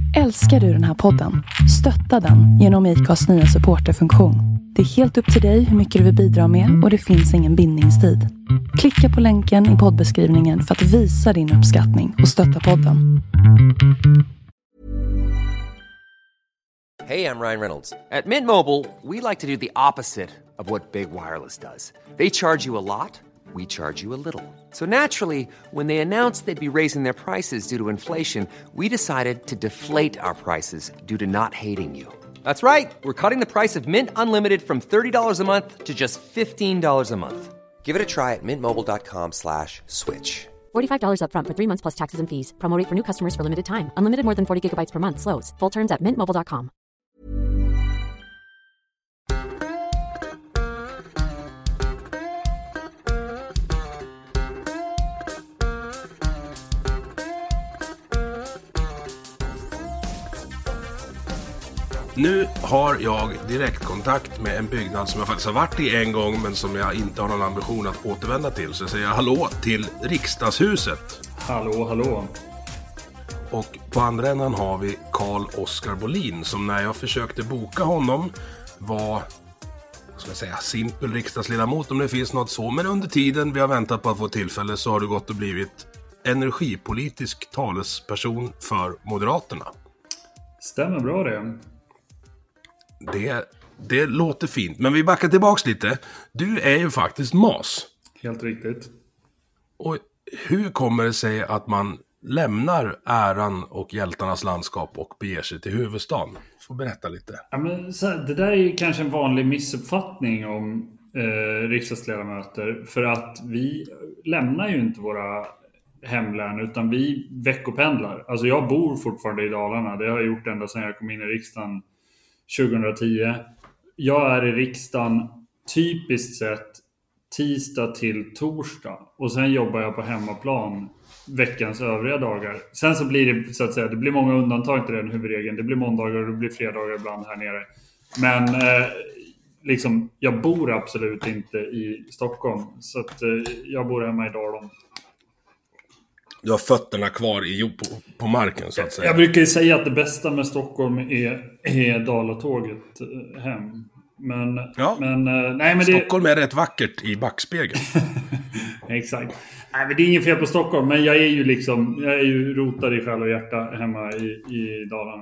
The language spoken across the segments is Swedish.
Älskar du den här podden? Stötta den genom IKAs nya supporterfunktion. Det är helt upp till dig hur mycket du vill bidra med och det finns ingen bindningstid. Klicka på länken i poddbeskrivningen för att visa din uppskattning och stötta podden. Hey, I'm Ryan Reynolds. At Mint Mobile, we like to do the opposite of what Big Wireless does. They charge you a lot. We charge you a little. So naturally, when they announced they'd be raising their prices due to inflation, we decided to deflate our prices due to not hating you. That's right. We're cutting the price of Mint Unlimited from $30 a month to just $15 a month. Give it a try at mintmobile.com/switch. $45 up front for 3 months plus taxes and fees. Promo rate for new customers for limited time. Unlimited more than 40 gigabytes per month slows. Full terms at mintmobile.com. Nu har jag direktkontakt med en byggnad som jag faktiskt har varit i en gång men som jag inte har någon ambition att återvända till. Så jag säger hallå till riksdagshuset. Hallå. Och på andra änden har vi Carl Oskar Bolin som när jag försökte boka honom var, ska jag säga, simpel riksdagsledamot om det finns något så. Men under tiden vi har väntat på att få tillfälle så har du gått och blivit energipolitisk talesperson för Moderaterna. Stämmer bra det. Det låter fint, men vi backar tillbaks lite. Du är ju faktiskt MAS. Helt riktigt. Och hur kommer det sig att man lämnar äran och hjältarnas landskap och beger sig till huvudstaden? Får berätta lite. Ja, men det där är ju kanske en vanlig missuppfattning om riksdagsledamöter. För att vi lämnar ju inte våra hemlän utan vi veckopendlar. Alltså jag bor fortfarande i Dalarna. Det har jag gjort ända sedan jag kom in i riksdagen 2010. Jag är i riksdagen typiskt sett tisdag till torsdag. Och sen jobbar jag på hemmaplan veckans övriga dagar. Sen så blir det så att säga, det blir många undantag till den huvudregeln. Det blir måndagar och det blir fredagar ibland här nere. Men liksom, jag bor absolut inte i Stockholm. Så att jag bor hemma i Dalarna. Du har fötterna kvar på marken så att säga. Jag brukar ju säga att det bästa med Stockholm är Dalatåget hem. Men, ja. Men Stockholm är rätt vackert i backspegeln. Exakt. Nej, men det är inget fel på Stockholm. Men jag är ju rotad i själ och hjärta hemma i Dalarna.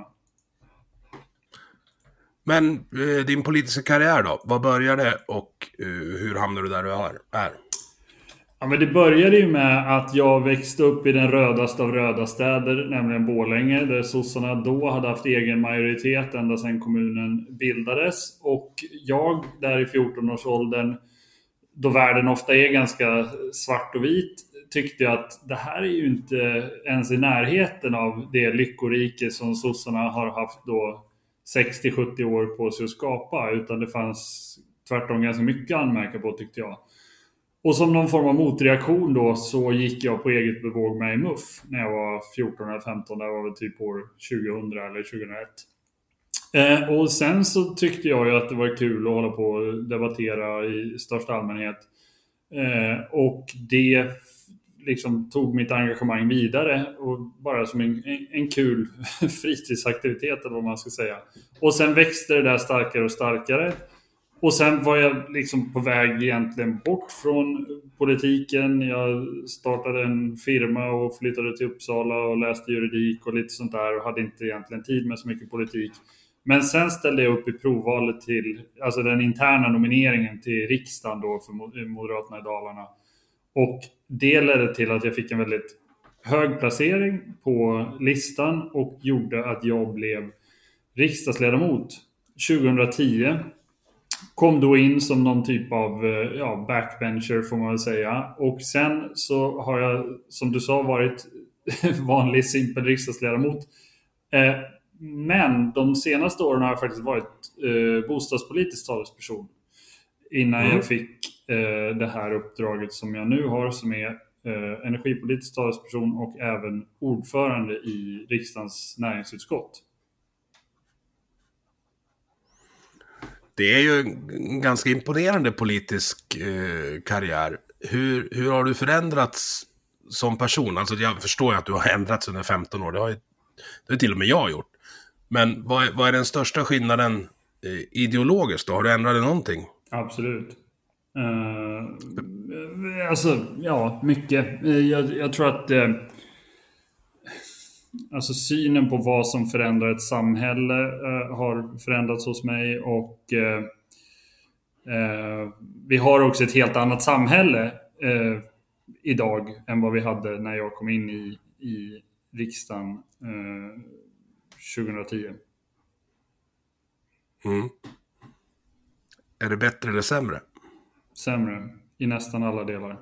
Men din politiska karriär då? Vad började och hur hamnade du där du är? Ja, men det började ju med att jag växte upp i den rödaste av röda städer, nämligen Borlänge, där sossarna då hade haft egen majoritet ända sedan kommunen bildades. Och jag där i 14-årsåldern, då världen ofta är ganska svart och vit, tyckte jag att det här är ju inte ens i närheten av det lyckorike som sossarna har haft då 60-70 år på sig att skapa, utan det fanns tvärtom ganska mycket att anmärka på, tyckte jag. Och som någon form av motreaktion då så gick jag på eget bevåg med i MUF när jag var 14 eller 15, det var väl typ år 2000 eller 2001. Och sen så tyckte jag ju att det var kul att hålla på och debattera i största allmänhet. Och det liksom tog mitt engagemang vidare och bara som en kul fritidsaktivitet eller vad man ska säga. Och sen växte det där starkare och starkare. Och sen var jag liksom på väg egentligen bort från politiken. Jag startade en firma och flyttade till Uppsala och läste juridik och lite sånt där. Och hade inte egentligen tid med så mycket politik. Men sen ställde jag upp i provvalet till, alltså den interna nomineringen till riksdagen då för Moderaterna i Dalarna. Och det ledde till att jag fick en väldigt hög placering på listan och gjorde att jag blev riksdagsledamot 2010. Kom då in som någon typ av backbencher får man väl säga. Och sen så har jag, som du sa, varit vanlig simpel riksdagsledamot. Men de senaste åren har jag faktiskt varit bostadspolitisk talesperson. Innan jag fick det här uppdraget som jag nu har, som är energipolitisk talesperson och även ordförande i riksdagens näringsutskott. Det är ju en ganska imponerande politisk karriär. Hur har du förändrats som person? Alltså jag förstår ju att du har ändrats under 15 år. Det har ju till och med jag gjort. Men vad är den största skillnaden ideologiskt då? Har du ändrat någonting? Absolut. Alltså, ja, mycket. Jag tror att alltså synen på vad som förändrar ett samhälle har förändrats hos mig, och vi har också ett helt annat samhälle idag än vad vi hade när jag kom in i riksdagen 2010. Är det bättre eller sämre? Sämre i nästan alla delar,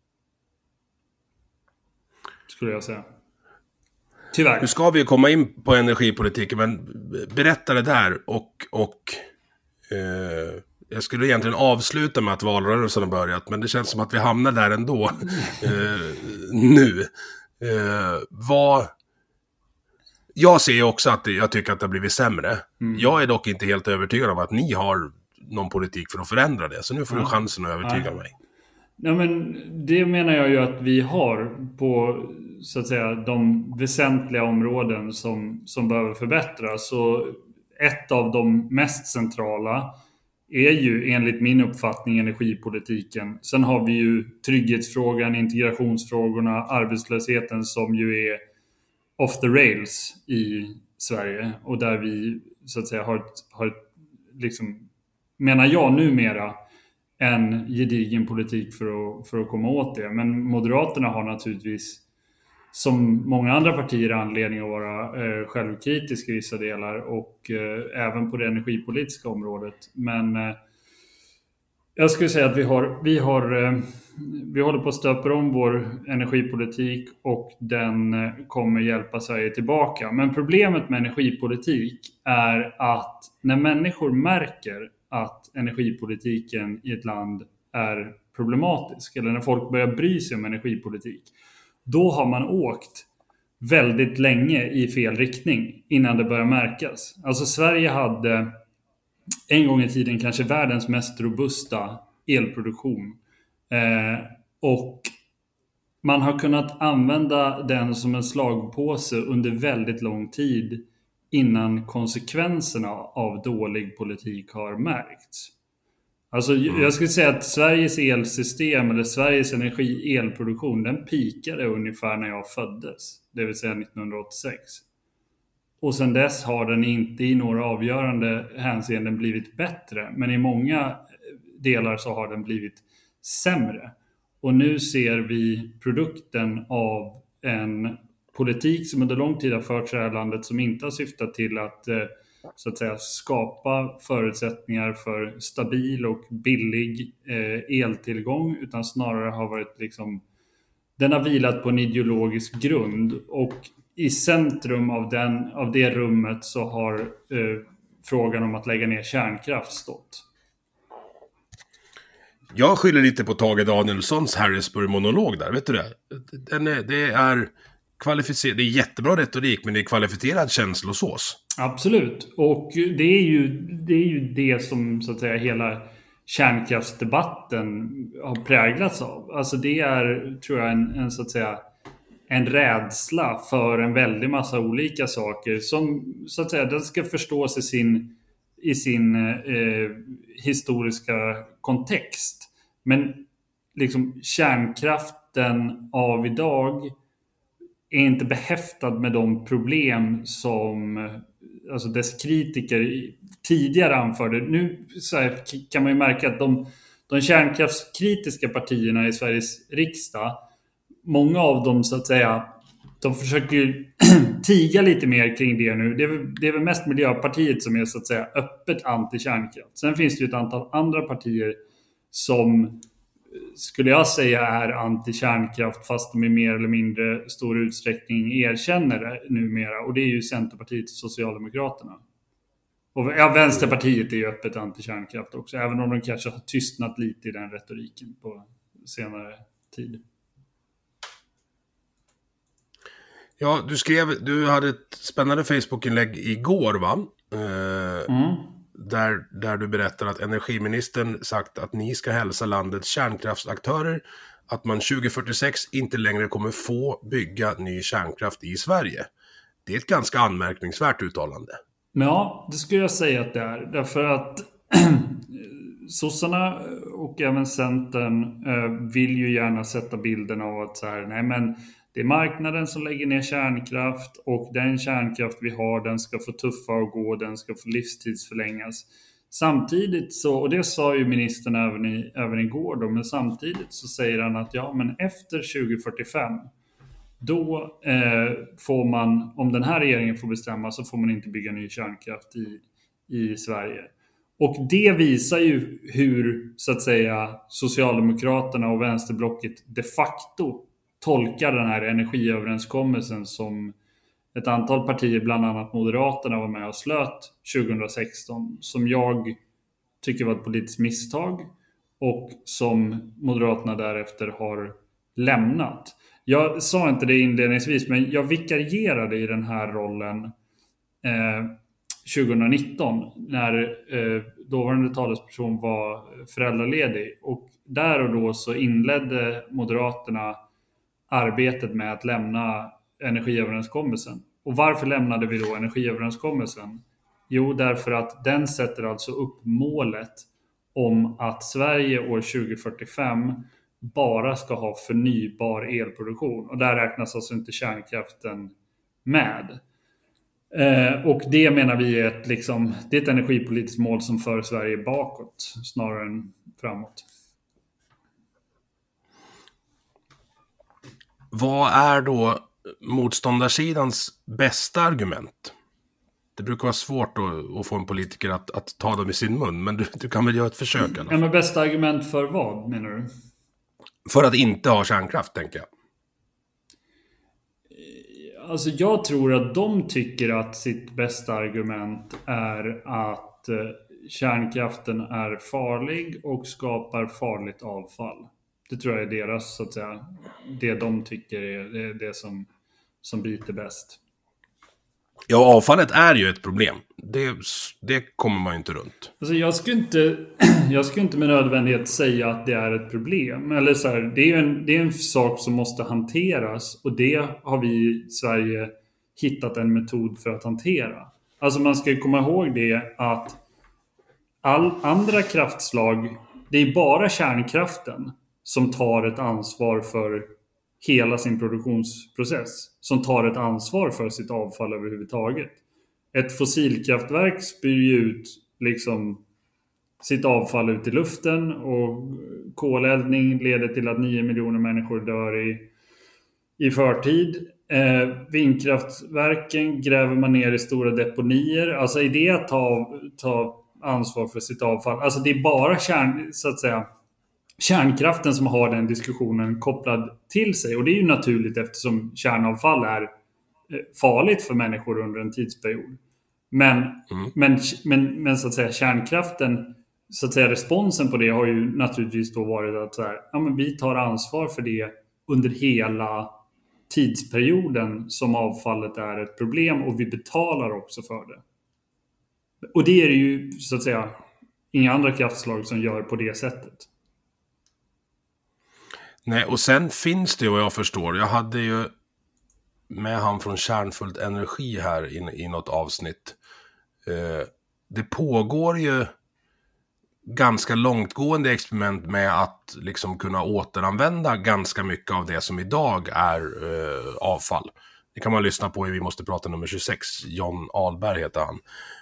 skulle jag säga. Tyvärr. Nu ska vi komma in på energipolitiken, men berätta det där och jag skulle egentligen avsluta med att valrörelsen har börjat, men det känns som att vi hamnar där ändå nu. Jag ser också att jag tycker att det har blivit sämre. Jag är dock inte helt övertygad om att ni har någon politik för att förändra det, så nu får du chansen att övertyga mig. Ja, men det menar jag ju att vi har på, så att säga, de väsentliga områden som behöver förbättras. Så ett av de mest centrala är ju enligt min uppfattning energipolitiken. Sen har vi ju trygghetsfrågan, integrationsfrågorna, arbetslösheten som ju är off the rails i Sverige. Och där vi, så att säga, har liksom, menar jag numera, en gedigen politik för att komma åt det. Men Moderaterna har naturligtvis, som många andra partier, anledning att vara självkritiska i vissa delar, och även på det energipolitiska området. Men jag skulle säga att vi håller på att stöpa om vår energipolitik, och den kommer hjälpa Sverige tillbaka. Men problemet med energipolitik är att när människor märker att energipolitiken i ett land är problematisk, eller när folk börjar bry sig om energipolitik, då har man åkt väldigt länge i fel riktning innan det börjar märkas. Alltså Sverige hade en gång i tiden kanske världens mest robusta elproduktion. Och man har kunnat använda den som en slagpåse under väldigt lång tid innan konsekvenserna av dålig politik har märkts. Alltså jag skulle säga att Sveriges elsystem, eller Sveriges elproduktion, den pikade ungefär när jag föddes, det vill säga 1986. Och sen dess har den inte i några avgörande hänseenden blivit bättre, men i många delar så har den blivit sämre. Och nu ser vi produkten av en politik som under lång tid har förts i det här landet, som inte har syftat till att, så att säga, skapa förutsättningar för stabil och billig eltillgång, utan snarare har varit liksom, den har vilat på en ideologisk grund, och i centrum av det rummet så har frågan om att lägga ner kärnkraft stått. Jag skyller lite på Tage Danielssons Harrisburg-monolog där, vet du det? Det är kvalificerad, det är jättebra retorik, men det är kvalificerad känslosås. Absolut, och det är ju det som, så att säga, hela kärnkraftsdebatten har präglats av. Alltså det är, tror jag, en så att säga, en rädsla för en väldig massa olika saker som, så att säga, den ska förstås i sin historiska kontext. Men liksom kärnkraften av idag är inte behäftad med de problem som, alltså, dess kritiker tidigare anförde. Nu så här, kan man ju märka att de kärnkraftskritiska partierna i Sveriges riksdag, många av dem, så att säga, de försöker ju tiga lite mer kring det nu. Det är väl mest Miljöpartiet som är, så att säga, öppet anti-kärnkraft. Sen finns det ju ett antal andra partier som, skulle jag säga, är anti-kärnkraft, fast de i mer eller mindre stor utsträckning erkänner det numera. Och det är ju Centerpartiet och Socialdemokraterna. Och ja, Vänsterpartiet är ju öppet anti-kärnkraft också, även om de kanske har tystnat lite i den retoriken på senare tid. Ja, du hade ett spännande Facebook-inlägg igår, va? Där du berättar att energiministern sagt att ni ska hälsa landets kärnkraftsaktörer att man 2046 inte längre kommer få bygga ny kärnkraft i Sverige. Det är ett ganska anmärkningsvärt uttalande. Men ja, det skulle jag säga att det är. Därför att sossarna och även Centern vill ju gärna sätta bilden av att så här, nej men det är marknaden som lägger ner kärnkraft och den kärnkraft vi har, den ska få tuffa att gå, den ska få livstidsförlängas. Samtidigt så, och det sa ju ministern även igår då, men samtidigt så säger han att ja, men efter 2045 då får man, om den här regeringen får bestämma, så får man inte bygga ny kärnkraft i Sverige. Och det visar ju hur, så att säga, Socialdemokraterna och vänsterblocket de facto tolkar den här energiöverenskommelsen som ett antal partier, bland annat Moderaterna, var med och slöt 2016, som jag tycker var ett politiskt misstag och som Moderaterna därefter har lämnat. Jag sa inte det inledningsvis, men jag vikarierade i den här rollen 2019 när dåvarande talesperson var föräldraledig, och där och då så inledde Moderaterna arbetet med att lämna energiöverenskommelsen. Och varför lämnade vi då energiöverenskommelsen? Jo, därför att den sätter alltså upp målet om att Sverige år 2045 bara ska ha förnybar elproduktion. Och där räknas alltså inte kärnkraften med. Och det menar vi är det är ett energipolitiskt mål som för Sverige bakåt snarare än framåt. Vad är då motståndarsidans bästa argument? Det brukar vara svårt att få en politiker att ta dem i sin mun, men du kan väl göra ett försök? Ja, men bästa argument för vad, menar du? För att inte ha kärnkraft, tänker jag. Alltså jag tror att de tycker att sitt bästa argument är att kärnkraften är farlig och skapar farligt avfall. Det tror jag är deras, så att säga, det de tycker är det som biter bäst. Ja, avfallet är ju ett problem. Det kommer man ju inte runt. Alltså jag skulle inte med nödvändighet säga att det är ett problem. Eller så här, det är en sak som måste hanteras, och det har vi i Sverige hittat en metod för att hantera. Alltså man ska komma ihåg det att all andra kraftslag, det är bara kärnkraften som tar ett ansvar för hela sin produktionsprocess, som tar ett ansvar för sitt avfall överhuvudtaget. Ett fossilkraftverk spyr ut sitt avfall ut i luften, och koleldning leder till att 9 miljoner människor dör i förtid. Vindkraftverken gräver man ner i stora deponier. Alltså är det att ta ansvar för sitt avfall? Alltså det är bara kärnkraften som har den diskussionen kopplad till sig. Och det är ju naturligt, eftersom kärnavfall är farligt för människor under en tidsperiod. Men så att säga, kärnkraften, så att säga, responsen på det har ju naturligtvis då varit att så här, ja, men vi tar ansvar för det under hela tidsperioden som avfallet är ett problem, och vi betalar också för det. Och det är det ju, så att säga, inga andra kraftslag som gör på det sättet. Nej, och sen finns det ju, vad jag förstår, jag hade ju med han från Kärnfullt Energi här i något avsnitt. Det pågår ju ganska långtgående experiment med att kunna återanvända ganska mycket av det som idag är avfall. Det kan man lyssna på i Vi måste prata nummer 26. John Ahlberg heter han.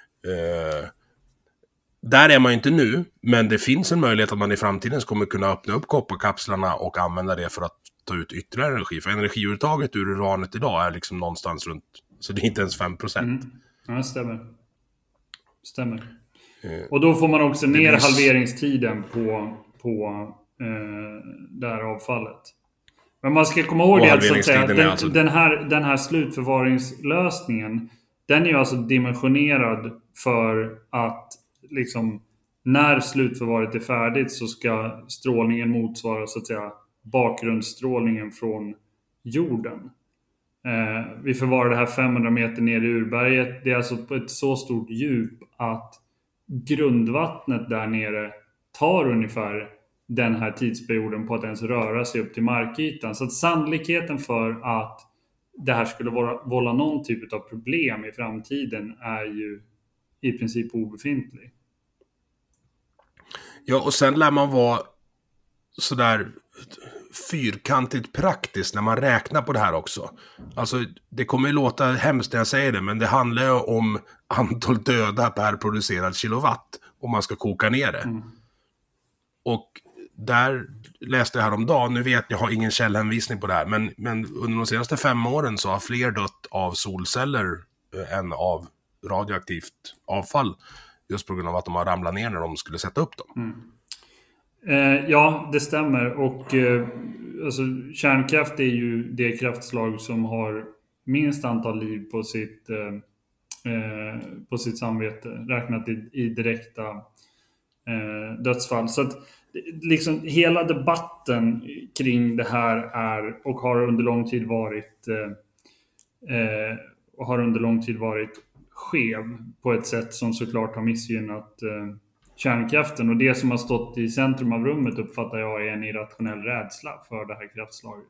Där är man ju inte nu, men det finns en möjlighet att man i framtiden kommer kunna öppna upp kopparkapslarna och använda det för att ta ut ytterligare energi. För energiuttaget ur uranet idag är någonstans runt, så det är inte ens 5%. Ja, det stämmer. Och då får man också ner halveringstiden på det här avfallet. Men man ska komma ihåg det, så att säga, den här slutförvaringslösningen, den är ju alltså dimensionerad för att när slutförvaret är färdigt så ska strålningen motsvara, så att säga, bakgrundsstrålningen från jorden. Vi förvarar det här 500 meter ner i urberget. Det är alltså på ett så stort djup att grundvattnet där nere tar ungefär den här tidsperioden på att ens röra sig upp till markytan. Så att sannolikheten för att det här skulle vålla någon typ av problem i framtiden är ju i princip obefintlig. Ja, och sen lär man vara sådär fyrkantigt praktiskt när man räknar på det här också. Alltså, det kommer ju låta hemskt när jag säger det, men det handlar ju om antal döda per producerad kilowatt om man ska koka ner det. Mm. Och där läste jag häromdagen, nu vet jag har ingen källhänvisning på det här, men under de senaste 5 åren så har fler dött av solceller än av radioaktivt avfall, just på grund av att de har ramlat ner när de skulle sätta upp dem. Mm. Ja, det stämmer. Och alltså, kärnkraft är ju det kraftslag som har minst antal liv på sitt samvete, räknat i direkta dödsfall. Så att liksom hela debatten kring det här är och har under lång tid varit skev på ett sätt som såklart har missgynnat kärnkraften, och det som har stått i centrum av rummet uppfattar jag är en irrationell rädsla för det här kraftslaget.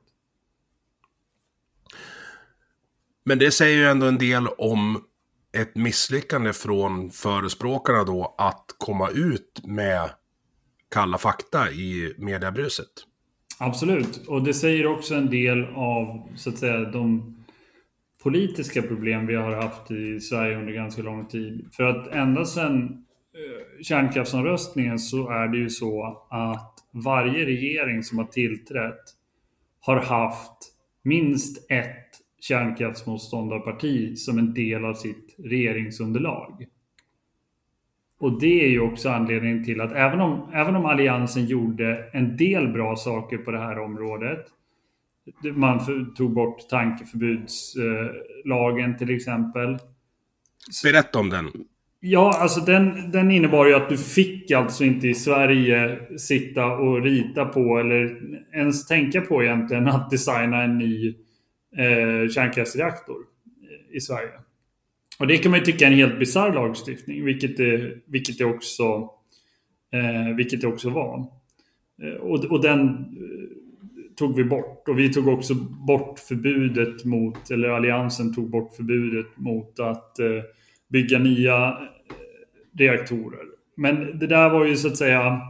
Men det säger ju ändå en del om ett misslyckande från förespråkarna då att komma ut med kalla fakta i mediebruset. Absolut, och det säger också en del av så att säga de politiska problem vi har haft i Sverige under ganska lång tid. För att ända sedan kärnkraftsomröstningen så är det ju så att varje regering som har tillträtt har haft minst ett kärnkraftsmotståndarparti som en del av sitt regeringsunderlag. Och det är ju också anledningen till att även om Alliansen gjorde en del bra saker på det här området, man tog bort tankeförbudslagen till exempel. Berätta om den. Ja, alltså den innebar ju att du fick alltså inte i Sverige sitta och rita på eller ens tänka på egentligen att designa en ny kärnkraftsreaktor i Sverige. Och det kan man ju tycka är en helt bizarr lagstiftning, vilket det också var. Och den tog vi bort. Och vi tog också bort förbudet mot, eller Alliansen tog bort förbudet mot att bygga nya reaktorer. Men det där var ju så att säga,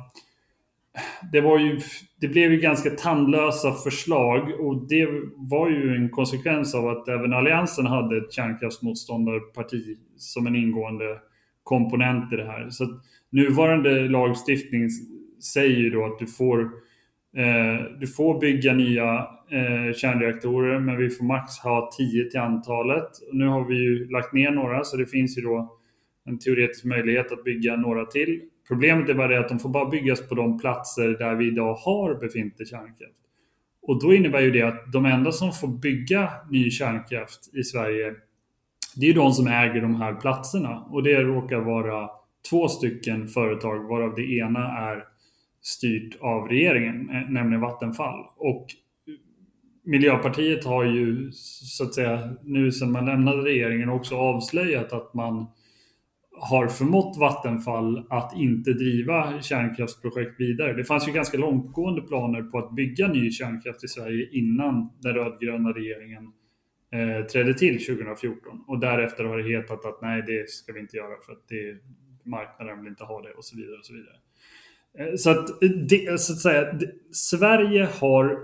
det blev ju ganska tandlösa förslag, och det var ju en konsekvens av att även Alliansen hade ett kärnkraftsmotståndarparti som en ingående komponent i det här. Så att nuvarande lagstiftning säger ju då att du får bygga nya kärnreaktorer, men vi får max ha 10 till antalet. Och nu har vi ju lagt ner några, så det finns ju då en teoretisk möjlighet att bygga några till. Problemet är bara det att de får bara byggas på de platser där vi idag har befintlig kärnkraft. Och då innebär ju det att de enda som får bygga ny kärnkraft i Sverige, det är ju de som äger de här platserna. Och det råkar vara 2 stycken företag, varav det ena är styrt av regeringen, nämligen Vattenfall. Och Miljöpartiet har ju så att säga nu sedan man lämnade regeringen också avslöjat att man har förmått Vattenfall att inte driva kärnkraftsprojekt vidare. Det fanns ju ganska långtgående planer på att bygga ny kärnkraft i Sverige innan den rödgröna regeringen trädde till 2014. Och därefter har det hetat att nej, det ska vi inte göra för att marknaden vill inte ha det och så vidare och så vidare. Så att Sverige har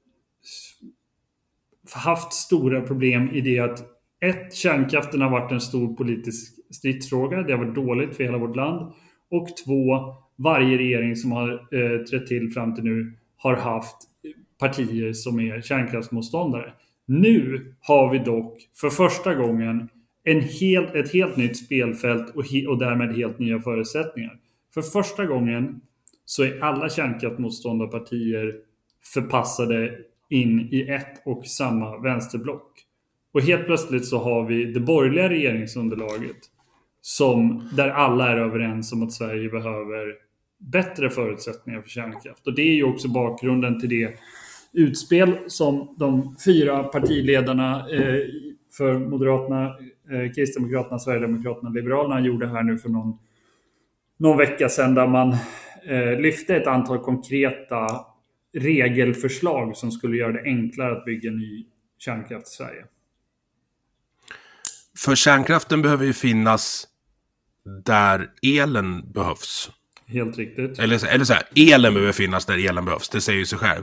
haft stora problem i det att kärnkraften har varit en stor politisk stridsfråga. Det har varit dåligt för hela vårt land. Och 2, varje regering som har trätt till fram till nu har haft partier som är kärnkraftsmotståndare. Nu har vi dock för första gången ett helt nytt spelfält och därmed helt nya förutsättningar. För första gången så är alla kärnkraftsmotståndarpartier förpassade in i ett och samma vänsterblock. Och helt plötsligt så har vi det borgerliga regeringsunderlaget där alla är överens om att Sverige behöver bättre förutsättningar för kärnkraft. Och det är ju också bakgrunden till det utspel som de 4 partiledarna för Moderaterna, Kristdemokraterna, Sverigedemokraterna och Liberalerna gjorde här nu för någon vecka sedan, där man lyfte ett antal konkreta regelförslag som skulle göra det enklare att bygga ny kärnkraft i Sverige. För kärnkraften behöver ju finnas där elen behövs. Helt riktigt. Eller så här, elen behöver finnas där elen behövs. Det säger ju sig själv.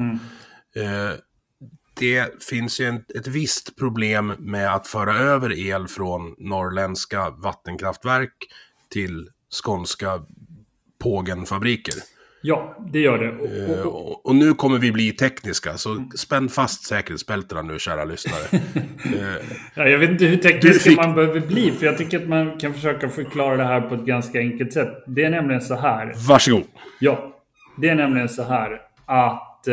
Det finns ju ett visst problem med att föra över el från norrländska vattenkraftverk till skånska pågenfabriker. Ja, det gör det. Och nu kommer vi bli tekniska, så spänn fast säkerhetsbälterna nu, kära lyssnare. Ja, jag vet inte hur teknisk man behöver bli, för jag tycker att man kan försöka förklara det här på ett ganska enkelt sätt. Det är nämligen så här. Varsågod. Ja, det är nämligen så här att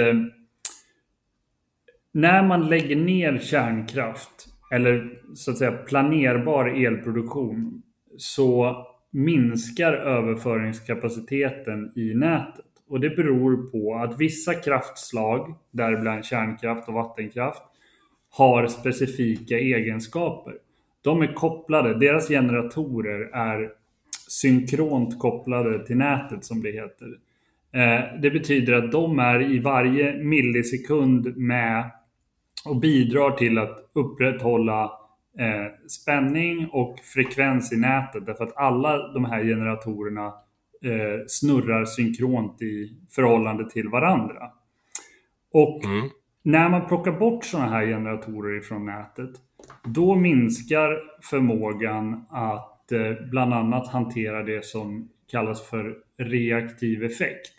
när man lägger ner kärnkraft, eller så att säga planerbar elproduktion, så minskar överföringskapaciteten i nätet. Och det beror på att vissa kraftslag, däribland kärnkraft och vattenkraft, har specifika egenskaper. De är kopplade, deras generatorer är synkront kopplade till nätet, som det heter. Det betyder att de är i varje millisekund med och bidrar till att upprätthålla spänning och frekvens i nätet, därför att alla de här generatorerna snurrar synkront i förhållande till varandra. Och när man plockar bort sådana här generatorer ifrån nätet, då minskar förmågan att bland annat hantera det som kallas för reaktiv effekt.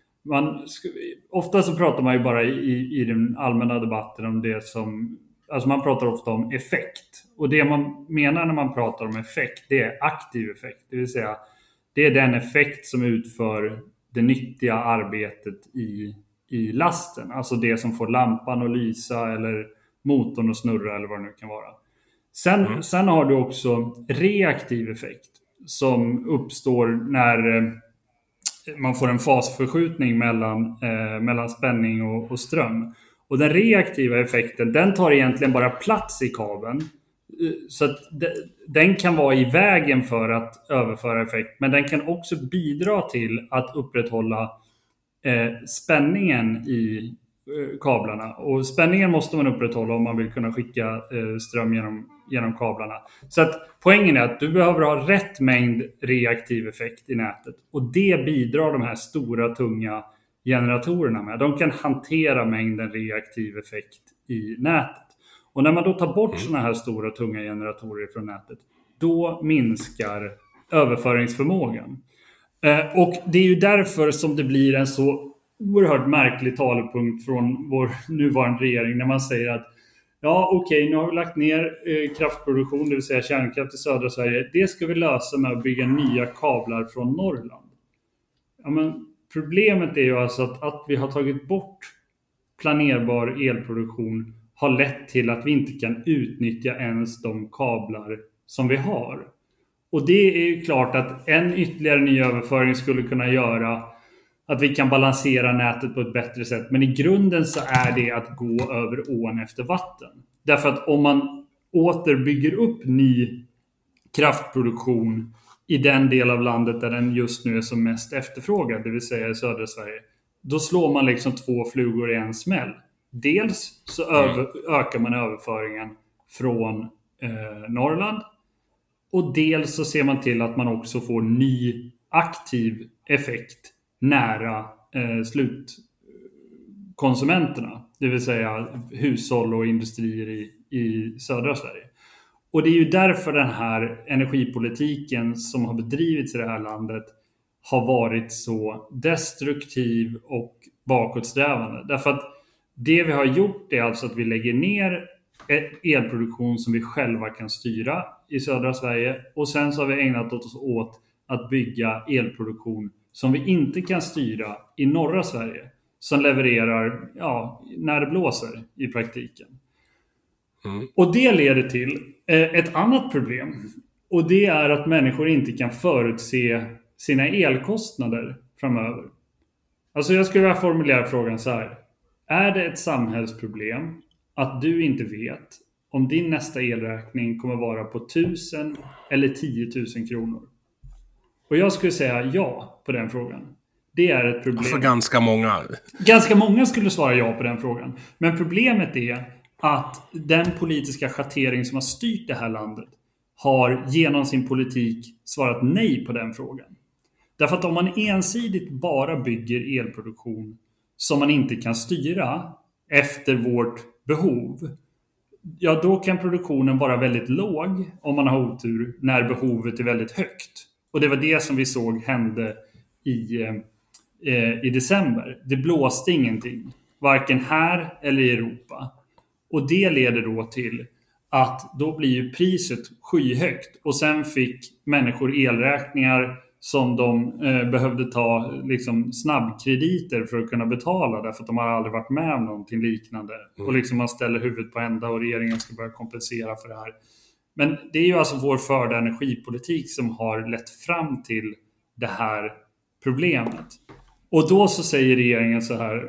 Ofta så pratar man ju bara i den allmänna debatten om det som, alltså man pratar ofta om effekt. Och det man menar när man pratar om effekt, det är aktiv effekt. Det vill säga, det är den effekt som utför det nyttiga arbetet i lasten. Alltså det som får lampan att lysa eller motorn att snurra eller vad det nu kan vara. Sen har du också reaktiv effekt som uppstår när man får en fasförskjutning mellan spänning och ström. Och den reaktiva effekten, den tar egentligen bara plats i kabeln. Så att den kan vara i vägen för att överföra effekt. Men den kan också bidra till att upprätthålla spänningen i kablarna. Och spänningen måste man upprätthålla om man vill kunna skicka ström genom kablarna. Så att poängen är att du behöver ha rätt mängd reaktiv effekt i nätet. Och det bidrar de här stora, tunga generatorerna med. De kan hantera mängden reaktiv effekt i nätet. Och när man då tar bort sådana här stora, tunga generatorer från nätet, då minskar överföringsförmågan. Och det är ju därför som det blir en så oerhört märklig talepunkt från vår nuvarande regering när man säger att ja, okej, nu har vi lagt ner kraftproduktion, det vill säga kärnkraft i södra Sverige. Det ska vi lösa med att bygga nya kablar från Norrland. Ja, men problemet är ju alltså att vi har tagit bort planerbar elproduktion har lett till att vi inte kan utnyttja ens de kablar som vi har. Och det är ju klart att en ytterligare ny överföring skulle kunna göra att vi kan balansera nätet på ett bättre sätt. Men i grunden så är det att gå över ån efter vatten. Därför att om man åter bygger upp ny kraftproduktion i den del av landet där den just nu är som mest efterfrågad, det vill säga i södra Sverige, då slår man liksom två flugor i en smäll. Dels så ökar man överföringen från Norrland, och dels så ser man till att man också får ny aktiv effekt nära slutkonsumenterna, det vill säga hushåll och industrier i södra Sverige. Och det är ju därför den här energipolitiken som har bedrivits i det här landet har varit så destruktiv och bakåtsträvande. Därför att det vi har gjort är alltså att vi lägger ner elproduktion som vi själva kan styra i södra Sverige, och sen så har vi ägnat oss åt att bygga elproduktion som vi inte kan styra i norra Sverige, som levererar när det blåser i praktiken. Och det leder till ett annat problem, och det är att människor inte kan förutse sina elkostnader framöver. Alltså jag skulle vilja formulera frågan så här: är det ett samhällsproblem att du inte vet om din nästa elräkning kommer vara på 1000 eller 10 000 kronor? Och jag skulle säga ja på den frågan. Det är ett problem. För ganska många. Ganska många skulle svara ja på den frågan. Men problemet är att den politiska schattering som har styrt det här landet har genom sin politik svarat nej på den frågan. Därför att om man ensidigt bara bygger elproduktion som man inte kan styra efter vårt behov, ja, då kan produktionen vara väldigt låg om man har otur när behovet är väldigt högt. Och det var det som vi såg hände i december. Det blåste ingenting, varken här eller i Europa. Och det leder då till att då blir ju priset skyhögt. Och sen fick människor elräkningar som de behövde ta liksom snabbkrediter för att kunna betala, därför att de har aldrig varit med om någonting liknande. Och liksom man ställer huvudet på ända och regeringen ska börja kompensera för det här. Men det är ju alltså vår förda energipolitik som har lett fram till det här problemet. Och då så säger regeringen så här,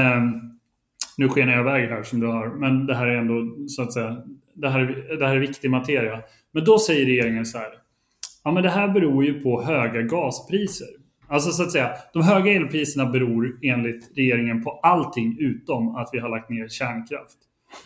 nu skenar jag iväg här som du har, men det här är ändå så att säga, det här är viktig materia. Men då säger regeringen så här, ja, men det här beror ju på höga gaspriser. Alltså så att säga, de höga elpriserna beror enligt regeringen på allting utom att vi har lagt ner kärnkraft.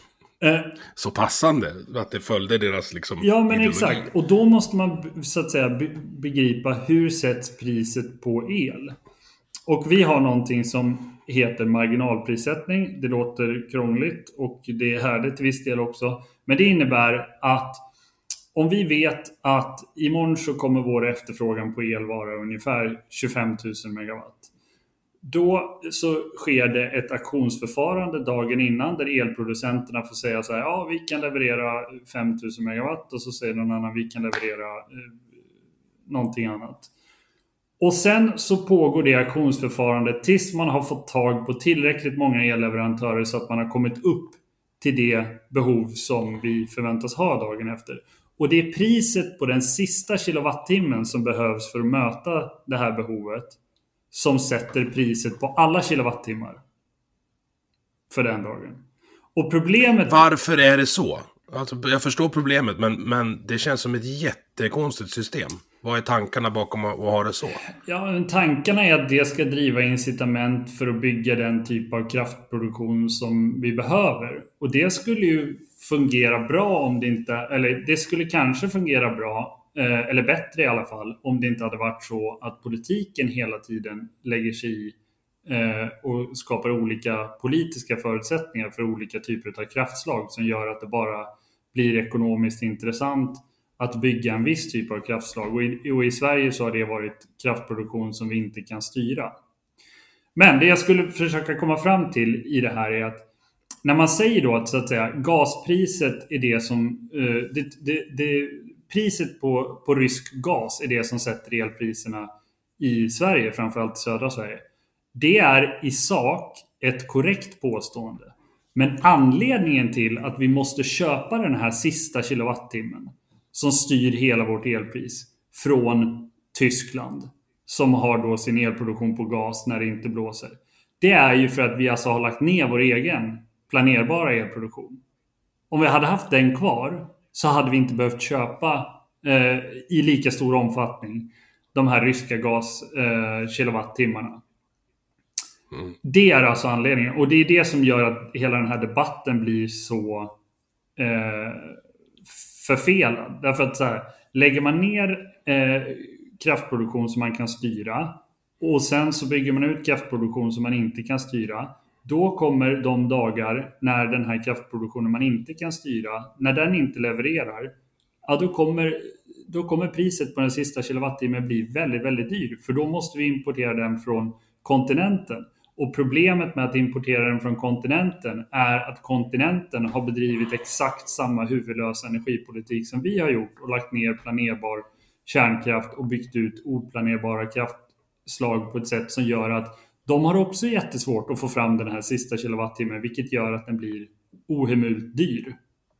Så passande att det följde deras liksom ja, men ideologi. exakt. Och då måste man så att säga begripa hur sätts priset på el. Och vi har någonting som heter marginalprissättning. Det låter krångligt och det är härligt till viss del också. Men det innebär att om vi vet att imorgon så kommer vår efterfrågan på el vara ungefär 25 000 megawatt. Då så sker det ett auktionsförfarande dagen innan där elproducenterna får säga så här, ja, vi kan leverera 5 000 megawatt, och så säger någon annan, vi kan leverera någonting annat. Och sen så pågår det auktionsförfarandet tills man har fått tag på tillräckligt många elleverantörer så att man har kommit upp till det behov som vi förväntas ha dagen efter. Och det är priset på den sista kilowattimmen som behövs för att möta det här behovet som sätter priset på alla kilowattimmar för den dagen. Och problemet... Varför är det så? Alltså, jag förstår problemet, men det känns som ett jättekonstigt system. Vad är tankarna bakom att ha det så? Ja, tankarna är att det ska driva incitament för att bygga den typ av kraftproduktion som vi behöver. Och det skulle ju fungera bra om det inte... Eller det skulle kanske fungera bra, eller bättre i alla fall, om det inte hade varit så att politiken hela tiden lägger sig i och skapar olika politiska förutsättningar för olika typer av kraftslag som gör att det bara blir ekonomiskt intressant att bygga en viss typ av kraftslag. Och i Sverige så har det varit kraftproduktion som vi inte kan styra. Men det jag skulle försöka komma fram till i det här är att när man säger då att, så att säga, gaspriset är det som... priset på rysk gas är det som sätter elpriserna i Sverige, framförallt i södra Sverige. Det är i sak ett korrekt påstående. Men anledningen till att vi måste köpa den här sista kilowattimmen som styr hela vårt elpris från Tyskland, som har då sin elproduktion på gas när det inte blåser, det är ju för att vi alltså har lagt ner vår egen planerbara elproduktion. Om vi hade haft den kvar så hade vi inte behövt köpa i lika stor omfattning de här ryska kilowattimmarna. Det är alltså anledningen. Och det är det som gör att hela den här debatten blir så förfelad. Därför att så här, lägger man ner kraftproduktion som man kan styra och sen så bygger man ut kraftproduktion som man inte kan styra, då kommer de dagar när den här kraftproduktionen man inte kan styra, när den inte levererar, ja, då kommer priset på den sista kilowattimmen bli väldigt, väldigt dyr. För då måste vi importera den från kontinenten. Och problemet med att importera den från kontinenten är att kontinenten har bedrivit exakt samma huvudlösa energipolitik som vi har gjort och lagt ner planerbar kärnkraft och byggt ut oplanerbara kraftslag på ett sätt som gör att de har också jättesvårt att få fram den här sista kilowattimmen, vilket gör att den blir ohemult dyr.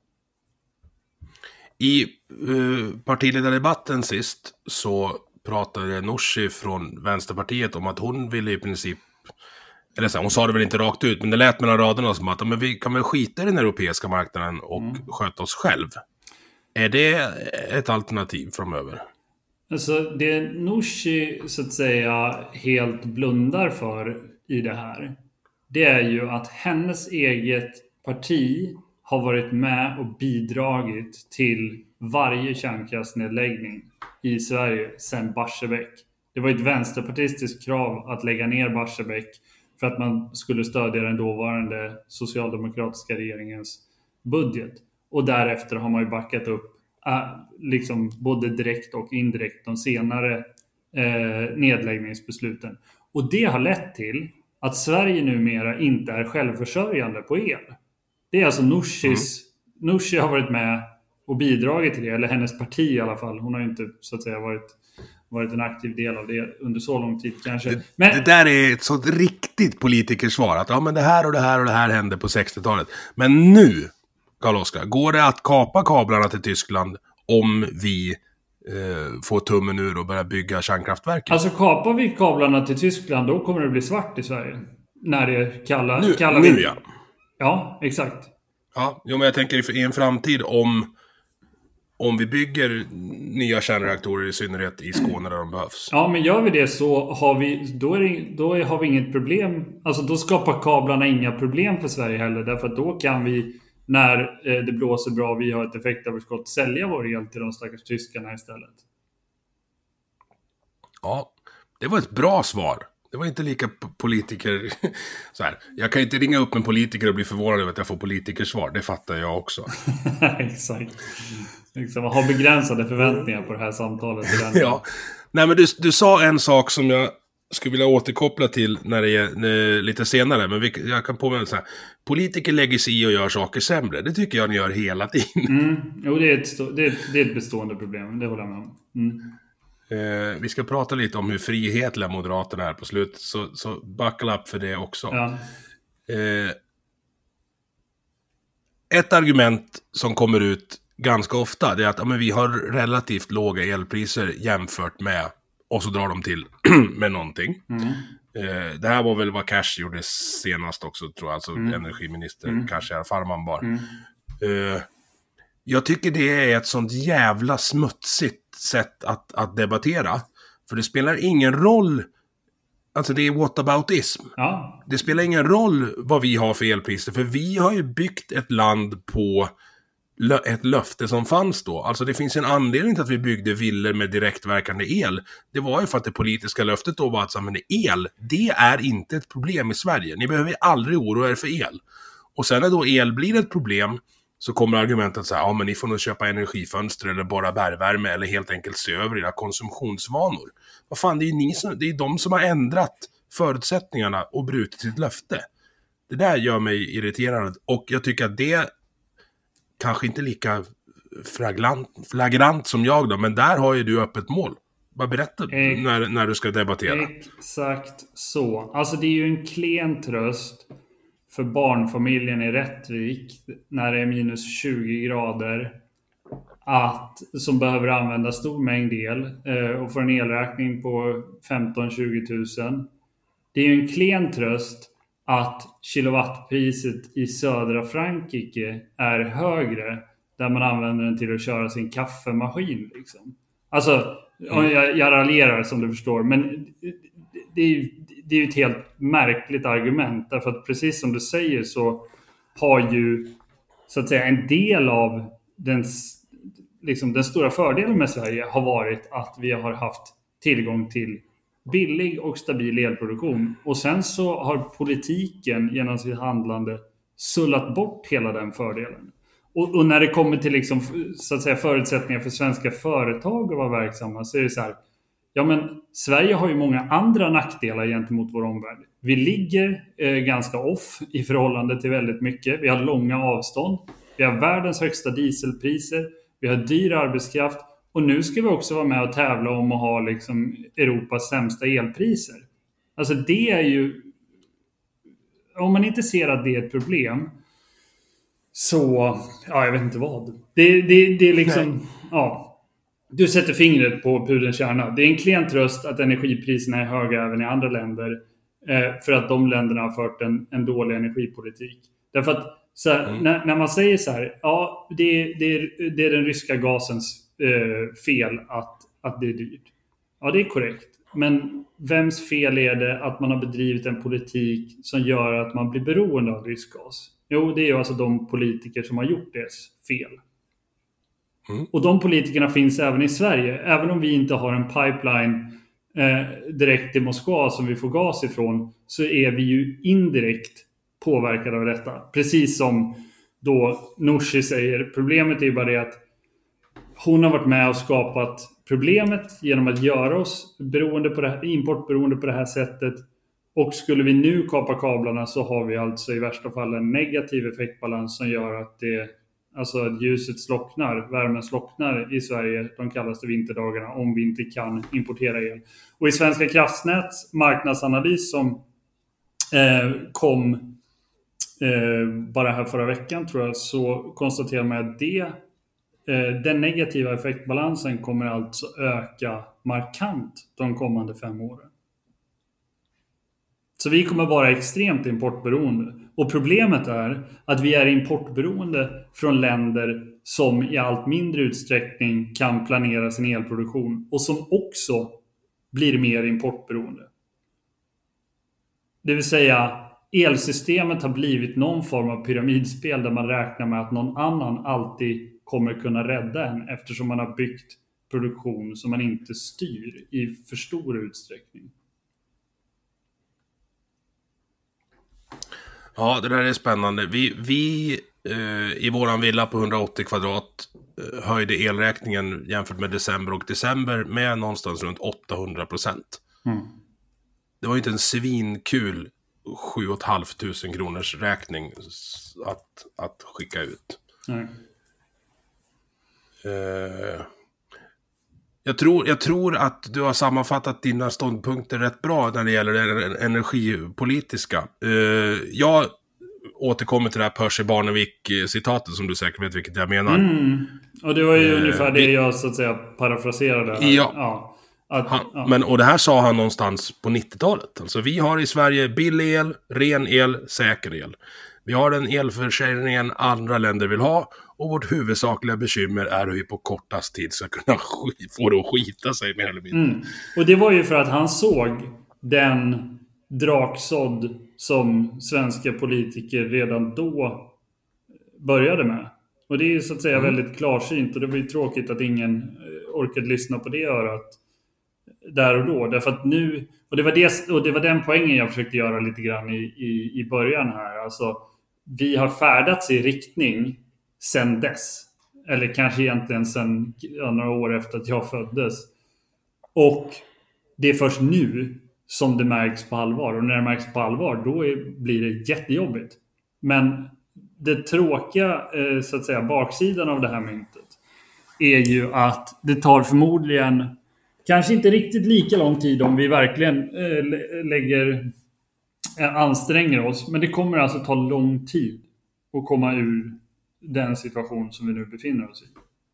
I partiledardebatten sist så pratade Nooshi från Vänsterpartiet om att hon ville i princip, eller så, hon sa det väl inte rakt ut, men det lät mellan raderna som att men vi kan väl skita i den europeiska marknaden och sköta oss själv. Är det ett alternativ framöver? Alltså det Nooshi så att säga helt blundar för i det här, det är ju att hennes eget parti har varit med och bidragit till varje kärnkraftsnedläggning i Sverige sedan Barsebäck. Det var ett vänsterpartistiskt krav att lägga ner Barsebäck för att man skulle stödja den dåvarande socialdemokratiska regeringens budget. Och därefter har man ju backat upp liksom både direkt och indirekt de senare nedläggningsbesluten. Och det har lett till att Sverige numera inte är självförsörjande på el. Det är alltså Nooshi har varit med och bidragit till det, eller hennes parti i alla fall. Hon har ju inte så att säga varit en aktiv del av det under så lång tid kanske. Det där är ett sånt riktigt politikersvar. Att men det här och det här och det här hände på 60-talet. Men nu, Carl-Oskar, går det att kapa kablarna till Tyskland om vi får tummen ur och börjar bygga kärnkraftverk? Alltså kapar vi kablarna till Tyskland, då kommer det bli svart i Sverige. När det är kalla nu ja. Ja, exakt. Ja, men jag tänker i en framtid om vi bygger nya kärnreaktorer, i synnerhet i Skåne där de behövs. Ja, men gör vi det så har vi inget problem. Alltså då skapar kablarna inga problem för Sverige heller. Därför att då kan vi, när det blåser bra och vi har ett effektöverskott, sälja vår el till de stackars tyskarna istället. Ja, det var ett bra svar. Det var inte lika politiker så här. Jag kan inte ringa upp en politiker och bli förvånad över att jag får politikersvar. Det fattar jag också. Exakt. Liksom, man har begränsade förväntningar på det här samtalet. Ja. Nej, men du sa en sak som jag skulle vilja återkoppla till när det är lite senare. Men jag kan påminna så här. Politiker lägger sig i och gör saker sämre. Det tycker jag ni gör hela tiden. Jo, det är ett bestående problem. Det håller jag med om. Vi ska prata lite om hur frihetliga Moderaterna är på slutet. Så buckle up för det också. Ja. Ett argument som kommer ut ganska ofta, det är att vi har relativt låga elpriser jämfört med, och så drar de till med någonting. Det här var väl vad Cash gjorde senast också, tror jag. Alltså energiminister Cash Farmanbar. Jag tycker det är ett sånt jävla smutsigt sätt att debattera. För det spelar ingen roll. Alltså det är whataboutism. Ja. Det spelar ingen roll vad vi har för elpriser. För vi har ju byggt ett land på ett löfte som fanns då. Alltså det finns en anledning till att vi byggde villor med direktverkande el. Det var ju för att det politiska löftet då var att el, det är inte ett problem i Sverige. Ni behöver aldrig oroa er för el. Och sen när då el blir ett problem, så kommer argumentet att säga, men ni får nog köpa energifönster eller bara bergvärme eller helt enkelt se över era konsumtionsvanor. Vad fan, det är ju de som har ändrat förutsättningarna och brutit sitt löfte. Det där gör mig irriterad, och jag tycker att det kanske inte lika flagrant som jag då, men där har ju du öppet mål. Vad berättar du när du ska debattera? Exakt så. Alltså det är ju en klen tröst för barnfamiljen i Rättvik när det är minus 20 grader som behöver använda stor mängd el och får en elräkning på 15-20 000. Det är ju en klen tröst att kilowattpriset i södra Frankrike är högre, där man använder den till att köra sin kaffemaskin liksom. Alltså, jag raljerar som du förstår, men det är ju ett helt märkligt argument, därför att precis som du säger så har ju så att säga en del av den stora fördelen med Sverige har varit att vi har haft tillgång till billig och stabil elproduktion, och sen så har politiken genom sitt handlande sullat bort hela den fördelen. Och när det kommer till liksom, så att säga, förutsättningar för svenska företag att vara verksamma, så är det så här, men Sverige har ju många andra nackdelar gentemot vår omvärld. Vi ligger ganska off i förhållande till väldigt mycket. Vi har långa avstånd. Vi har världens högsta dieselpriser. Vi har dyr arbetskraft. Och nu ska vi också vara med och tävla om att ha liksom Europas sämsta elpriser. Alltså det är ju... Om man inte ser att det är ett problem, så... Ja, jag vet inte vad. Det är liksom... Nej. Ja... Du sätter fingret på pudelns kärna. Det är en klen tröst att energipriserna är höga även i andra länder, för att de länderna har fört en dålig energipolitik. Därför att så här, när man säger så här, det är den ryska gasens fel att det är dyrt. Ja, det är korrekt. Men vems fel är det att man har bedrivit en politik som gör att man blir beroende av rysk gas? Jo, det är ju alltså de politiker som har gjort det fel. Och de politikerna finns även i Sverige. Även om vi inte har en pipeline direkt till Moskva som vi får gas ifrån, så är vi ju indirekt påverkade av detta. Precis som då Nooshi säger, problemet är ju bara det att hon har varit med och skapat problemet genom att göra oss importberoende på det här sättet. Och skulle vi nu kapa kablarna så har vi alltså i värsta fall en negativ effektbalans som gör att att ljuset slocknar, värmen slocknar i Sverige de kallaste vinterdagarna om vi inte kan importera el. Och i Svenska kraftnäts marknadsanalys som kom bara här förra veckan tror jag, så konstaterar man att den negativa effektbalansen kommer alltså öka markant de kommande 5 åren. Så vi kommer vara extremt importberoende. Och problemet är att vi är importberoende från länder som i allt mindre utsträckning kan planera sin elproduktion och som också blir mer importberoende. Det vill säga, elsystemet har blivit någon form av pyramidspel där man räknar med att någon annan alltid kommer kunna rädda en, eftersom man har byggt produktion som man inte styr i för stor utsträckning. Ja, det där är spännande. Vi i våran villa på 180 kvadrat höjde elräkningen jämfört med december och december med någonstans runt 800%. Det var ju inte en svinkul 7 500 kronors räkning att skicka ut. Nej. Jag tror att du har sammanfattat dina ståndpunkter rätt bra när det gäller det energipolitiska. Jag återkommer till det här Percy Barnevik-citatet som du säkert vet vilket jag menar. Och det var ju ungefär det jag så att säga parafraserade här. Ja. Men, och det här sa han någonstans på 90-talet. Alltså vi har i Sverige billig el, ren el, säker el. Vi har den elförsäljningen andra länder vill ha. Och vårt huvudsakliga bekymmer är hur vi på kortast tid ska kunna få det att skita sig mer eller mindre. Och det var ju för att han såg den draksådd som svenska politiker redan då började med. Och det är ju så att säga väldigt klarsynt. Och det var ju tråkigt att ingen orkade lyssna på det örat där och då. Därför att nu, och det var den poängen jag försökte göra lite grann i början här. Alltså, vi har färdats i riktning sen dess. Eller kanske egentligen sen några år efter att jag föddes. Och det är först nu som det märks på allvar. Och när det märks på allvar, då blir det jättejobbigt. Men det tråkiga, så att säga, baksidan av det här myntet är ju att det tar förmodligen kanske inte riktigt lika lång tid om vi verkligen anstränger oss. Men det kommer alltså ta lång tid att komma ur den situation som vi nu befinner oss i.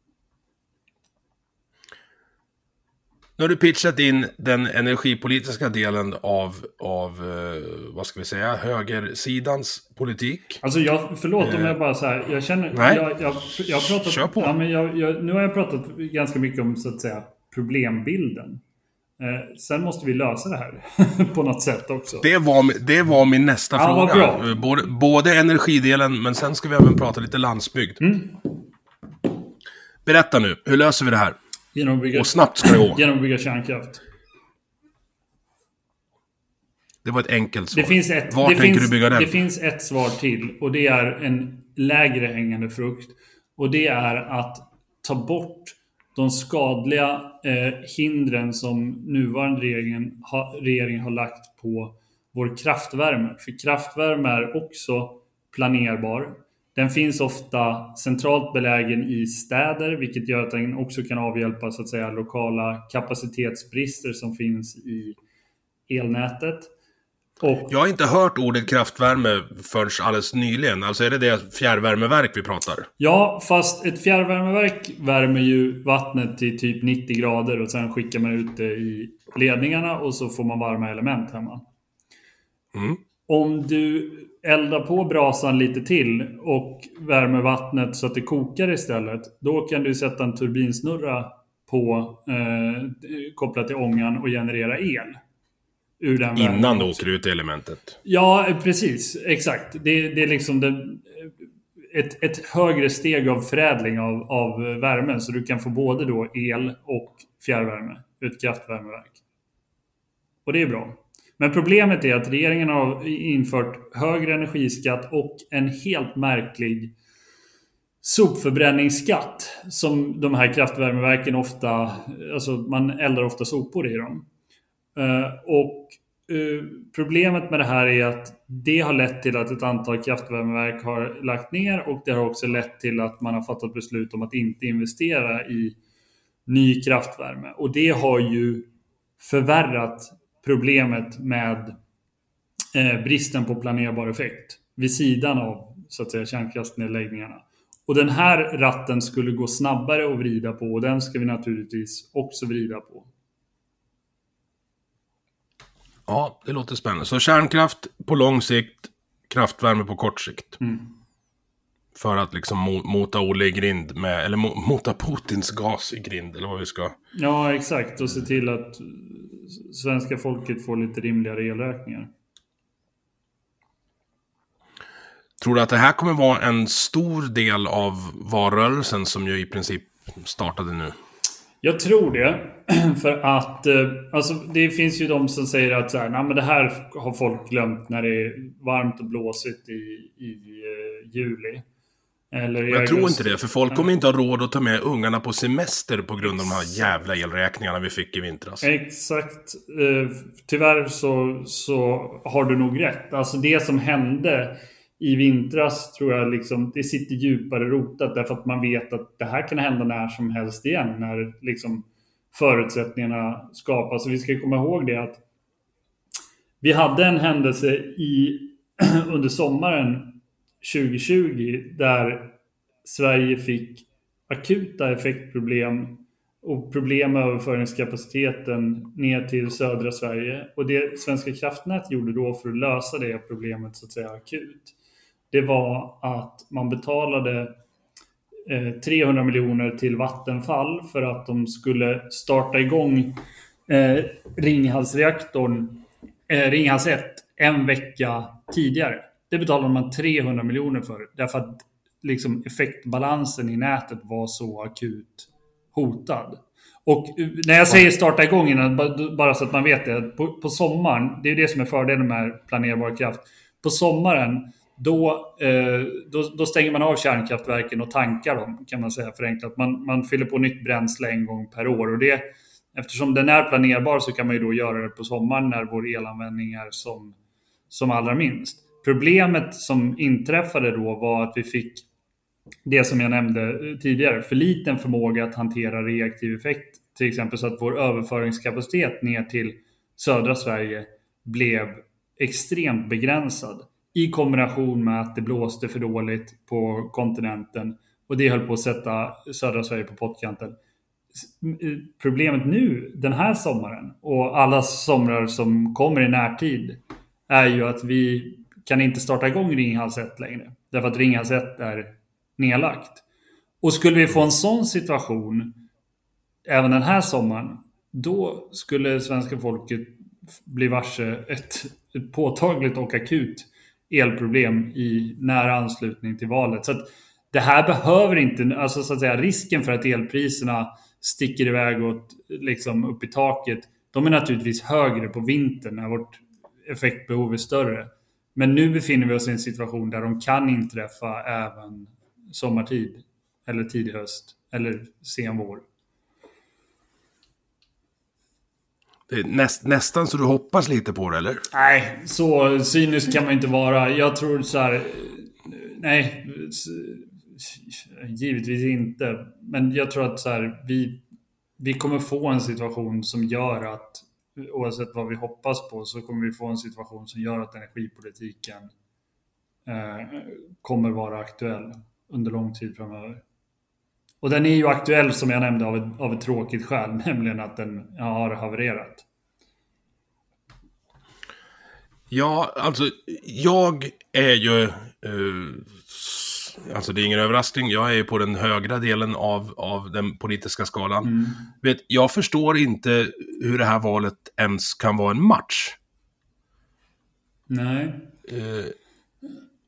Nu har du pitchat in den energipolitiska delen av vad ska vi säga, högersidans politik. Alltså förlåt om jag bara så här, jag känner, nej, jag har pratat, kör på. Ja, men nu har jag pratat ganska mycket om så att säga problembilden. Sen måste vi lösa det här på något sätt också. Det var min nästa fråga. Bra. Både energidelen, men sen ska vi även prata lite landsbygd. Berätta nu, hur löser vi det här? Och snabbt ska det gå. Genom att bygga kärnkraft. Det var ett enkelt svar. Var tänker du bygga den? Det finns ett svar till. Och det är en lägre hängande frukt. Och det är att ta bort de skadliga hindren som nuvarande regering har lagt på vår kraftvärme. För kraftvärme är också planerbar. Den finns ofta centralt belägen i städer, vilket gör att den också kan avhjälpa så att säga lokala kapacitetsbrister som finns i elnätet. Och jag har inte hört ordet kraftvärme förrän alldeles nyligen. Alltså är det fjärrvärmeverk vi pratar? Ja, fast ett fjärrvärmeverk värmer ju vattnet till typ 90 grader och sen skickar man ut det i ledningarna och så får man varma element hemma. Om du eldar på brasan lite till och värmer vattnet så att det kokar istället, då kan du sätta en turbinsnurra på kopplat till ångan och generera el. Ur den innan du åker ut i elementet. Ja, precis. Exakt. Det är liksom ett högre steg av förädling av värmen. Så du kan få både då el och fjärrvärme, ett kraftvärmeverk. Och det är bra. Men problemet är att regeringen har infört högre energiskatt och en helt märklig sopförbränningsskatt som de här kraftvärmeverken ofta, alltså man eldar ofta sopor i dem. Problemet med det här är att det har lett till att ett antal kraftvärmeverk har lagt ner, och det har också lett till att man har fattat beslut om att inte investera i ny kraftvärme. Och det har ju förvärrat problemet med bristen på planerbar effekt vid sidan av, så att säga, kärnkraftsnedläggningarna. Och den här ratten skulle gå snabbare att vrida på, och den ska vi naturligtvis också vrida på. Ja, det låter spännande. Så kärnkraft på lång sikt, kraftvärme på kort sikt. För att liksom mota Olle i grind med, eller mota Putins gas i grind, eller vad vi ska. Ja, exakt. Och se till att svenska folket får lite rimligare elräkningar. Tror du att det här kommer vara en stor del av valrörelsen som ju i princip startade nu? Jag tror det. För att alltså, det finns ju de som säger att så här, nej, men det här har folk glömt när det är varmt och blåsigt i juli. Eller jag tror inte det, för folk kommer inte ha råd att ta med ungarna på semester på grund av de här jävla elräkningarna vi fick i vintras. Exakt. Tyvärr så har du nog rätt. Alltså det som hände i vintras tror jag liksom, det sitter djupare rotat, därför att man vet att det här kan hända när som helst igen, när liksom förutsättningarna skapas. Så vi ska komma ihåg det att vi hade en händelse under sommaren 2020 där Sverige fick akuta effektproblem och problem med överföringskapaciteten ner till södra Sverige. Och det Svenska kraftnät gjorde då för att lösa det problemet, så att säga, akut, det var att man betalade 300 miljoner till Vattenfall för att de skulle starta igång Ringhalsreaktorn, Ringhals 1, en vecka tidigare. Det betalade man 300 miljoner för, därför att liksom effektbalansen i nätet var så akut hotad. Och när jag säger starta igång innan, bara så att man vet det, på sommaren, det är det som är fördelen med planerbar kraft. På sommaren, då stänger man av kärnkraftverken och tankar dem, kan man säga förenklat. Man fyller på nytt bränsle en gång per år, och det, eftersom den är planerbar, så kan man ju då göra det på sommaren när vår elanvändning är som allra minst. Problemet som inträffade då var att vi fick det som jag nämnde tidigare, för liten förmåga att hantera reaktiv effekt, till exempel, så att vår överföringskapacitet ner till södra Sverige blev extremt begränsad, i kombination med att det blåste för dåligt på kontinenten, och det höll på att sätta södra Sverige på pottkanten. Problemet nu, den här sommaren och alla somrar som kommer i närtid, är ju att vi kan inte starta igång Ringhals 1 längre, därför att Ringhals 1 är nedlagt. Och skulle vi få en sån situation även den här sommaren, då skulle svenska folket bli varse ett påtagligt och akut elproblem i nära anslutning till valet. Så att det här behöver inte, alltså så att säga, risken för att elpriserna sticker iväg åt, liksom upp i taket, de är naturligtvis högre på vintern när vårt effektbehov är större. Men nu befinner vi oss i en situation där de kan inträffa även sommartid, eller tidig höst, eller sen vår. Det är nästan så du hoppas lite på det, eller? Nej, så cynisk kan man inte vara. Jag tror så här, nej, givetvis inte. Men jag tror att så här, vi kommer få en situation som gör att, oavsett vad vi hoppas på, så kommer vi få en situation som gör att energipolitiken kommer vara aktuell under lång tid framöver. Och den är ju aktuell, som jag nämnde, av ett tråkigt skäl, nämligen att den har havererat. Ja, alltså jag är ju alltså det är ingen överraskning, jag är på den högra delen av den politiska skalan. Jag förstår inte hur det här valet ens kan vara en match. Nej.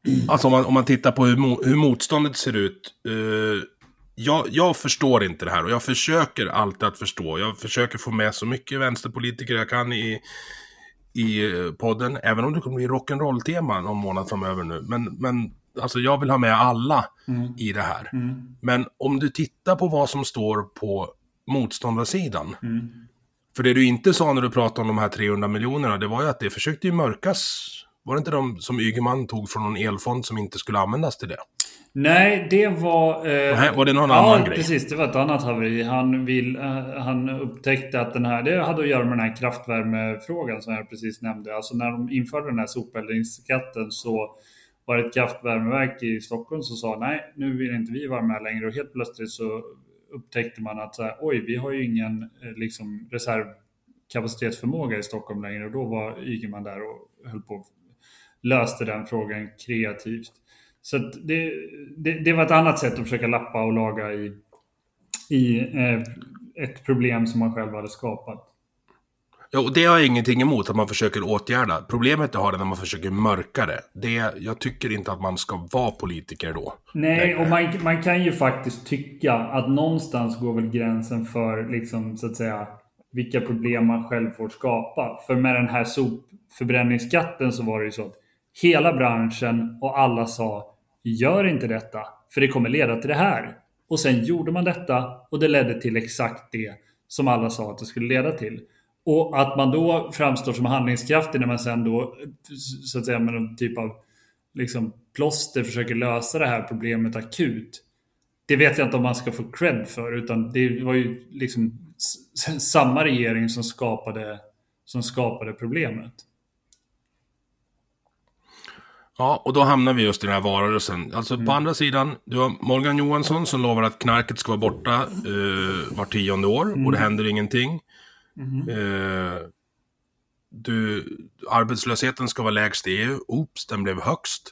Alltså om man tittar på hur motståndet ser ut. Jag förstår inte det här och jag försöker alltid att förstå. Jag försöker få med så mycket vänsterpolitiker jag kan i podden. Även om det kommer bli rock'n'roll-tema någon månad framöver nu. Men alltså jag vill ha med alla i det här. Men om du tittar på vad som står på motståndarsidan. För det du inte sa när du pratade om de här 300 miljonerna, det var ju att det försökte ju mörkas. Var det inte de som Ygeman tog från någon elfond som inte skulle användas till det? Nej, det var... var det någon annan grej? Ja, precis. Det var ett annat haveri. Han upptäckte att det hade att göra med den här kraftvärmefrågan som jag precis nämnde. Alltså när de införde den här sopeldningsskatten så var det ett kraftvärmeverk i Stockholm som sa nej, nu vill inte vi vara med längre. Och helt plötsligt så upptäckte man att vi har ju ingen liksom, reservkapacitetsförmåga i Stockholm längre. Och då var Ygeman där och höll på löste den frågan kreativt. Så att det var ett annat sätt att försöka lappa och laga i ett problem som man själv hade skapat. Ja, och det har jag ingenting emot att man försöker åtgärda. Problemet jag har det när man försöker mörka det. Jag tycker inte att man ska vara politiker då. Nej, och man kan ju faktiskt tycka att någonstans går väl gränsen för liksom, så att säga, vilka problem man själv får skapa. För med den här sopförbränningsskatten så var det ju så att hela branschen och alla sa gör inte detta, för det kommer leda till det här. Och sen gjorde man detta och det ledde till exakt det som alla sa att det skulle leda till. Och att man då framstår som handlingskraftig när man sen då, så att säga, med någon typ av liksom plåster försöker lösa det här problemet akut. Det vet jag inte om man ska få cred för, utan det var ju liksom samma regering som skapade problemet. Ja, och då hamnar vi just i den här varelsen. Alltså på andra sidan, du har Morgan Johansson som lovar att knarket ska vara borta var 10:e år och det händer ingenting. Arbetslösheten ska vara lägst i EU. Oops, den blev högst.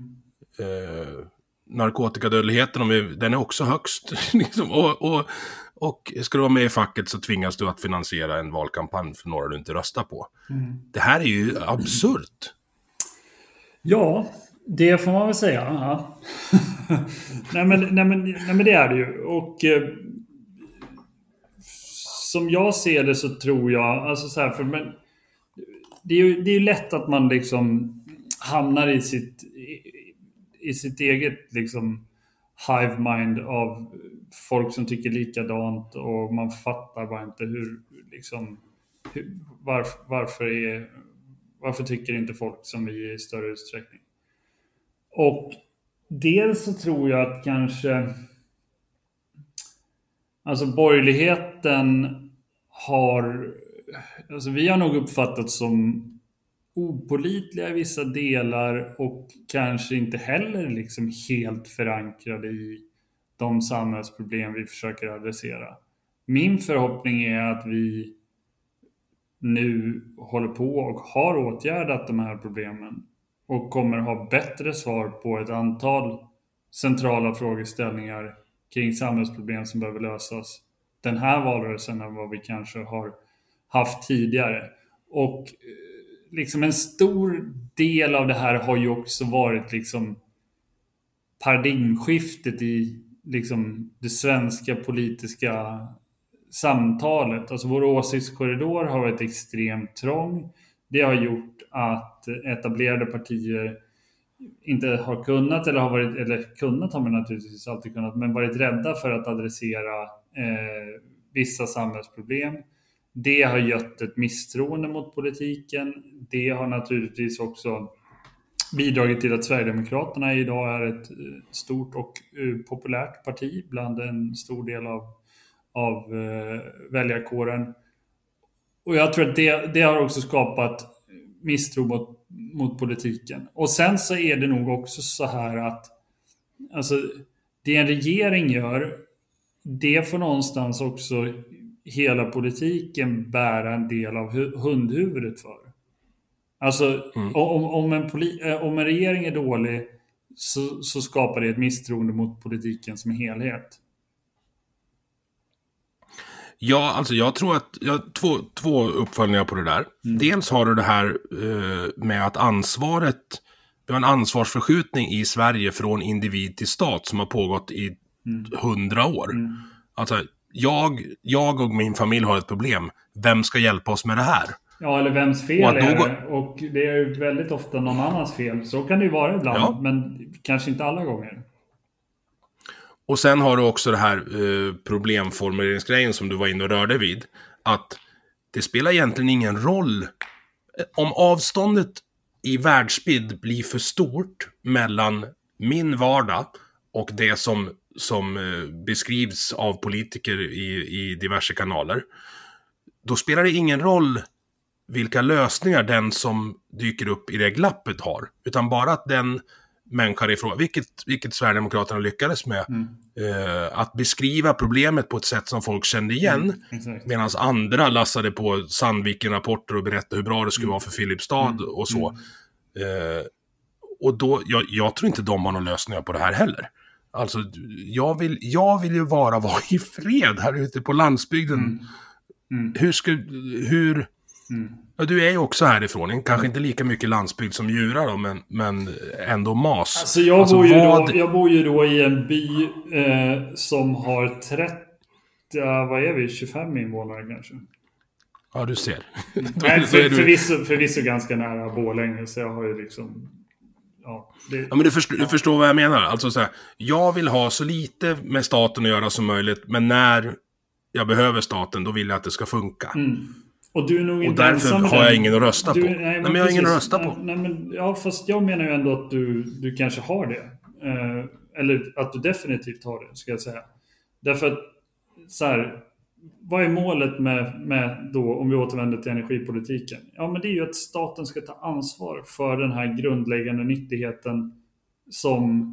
Narkotikadödligheten, den är också högst. Liksom, och ska du vara med i facket så tvingas du att finansiera en valkampanj för några du inte röstar på. Det här är ju absurt. Ja, det får man väl säga. Ja. nej, men det är det ju. Och som jag ser det så tror jag, alltså så här, men det är ju lätt att man liksom hamnar i sitt eget liksom hive mind av folk som tycker likadant och man fattar bara inte varför tycker inte folk som vi i större utsträckning. Och dels så tror jag att kanske alltså borgerligheten vi har nog uppfattat som opålitliga i vissa delar och kanske inte heller liksom helt förankrade i de samhällsproblem vi försöker adressera. Min förhoppning är att vi nu håller på och har åtgärdat de här problemen och kommer ha bättre svar på ett antal centrala frågeställningar kring samhällsproblem som behöver lösas den här valrörelsen än vad vi kanske har haft tidigare. Och liksom en stor del av det här har ju också varit liksom paradigmskiftet i liksom det svenska politiska samtalet. Alltså vår åsiktskorridor har varit extremt trång. Det har gjort att etablerade partier inte har kunnat kunnat har man naturligtvis alltid kunnat, men varit rädda för att adressera vissa samhällsproblem. Det har gett ett misstroende mot politiken. Det har naturligtvis också bidragit till att Sverigedemokraterna idag är ett stort och populärt parti bland en stor del av väljarkåren. Och jag tror att det har också skapat misstro mot politiken. Och sen så är det nog också så här att alltså, det en regering gör, det får någonstans också hela politiken bära en del av hundhuvudet för. Alltså om en regering är dålig så skapar det ett misstroende mot politiken som helhet. Ja, alltså jag tror att jag har två uppföljningar på det där. Dels har du det här med att ansvaret vi har en ansvarsförskjutning i Sverige från individ till stat som har pågått i 100 år. Alltså, jag och min familj har ett problem. Vem ska hjälpa oss med det här? Ja, eller vems fel är det? Och det är ju väldigt ofta någon annans fel. Så kan det ju vara ibland, men kanske inte alla gånger. Och sen har du också det här problemformuleringsgrejen som du var inne och rörde vid. Att det spelar egentligen ingen roll om avståndet i världsbild blir för stort mellan min vardag och det som beskrivs av politiker i diverse kanaler. Då spelar det ingen roll vilka lösningar den som dyker upp i det glappet har. Utan bara att den människan ifrån, vilket Sverigedemokraterna lyckades med, att beskriva problemet på ett sätt som folk kände igen, medan andra lassade på Sandviken-rapporter och berättade hur bra det skulle vara för Filipstad och så. Och då, jag tror inte de har någon lösning på det här heller. Alltså, jag vill ju vara i fred här ute på landsbygden. Ja, du är ju också härifrån, kanske inte lika mycket landsbygd som Djura då, men ändå mas. Alltså jag bor ju då i en by som har 25 invånare kanske. Ja, du ser. Nej, förvisso ganska nära Borlänge, så jag har ju liksom... Ja, men du förstår vad jag menar. Alltså så här, jag vill ha så lite med staten att göra som möjligt, men när jag behöver staten, då vill jag att det ska funka. Och du är nog inte därför ensam har jag ingen att rösta på. Nej, men jag har ingen att rösta på. Nej, men, ja, fast jag menar ju ändå att du kanske har det. Eller att du definitivt har det, ska jag säga. Därför att, så här, vad är målet med då, om vi återvänder till energipolitiken? Ja, men det är ju att staten ska ta ansvar för den här grundläggande nyttigheten som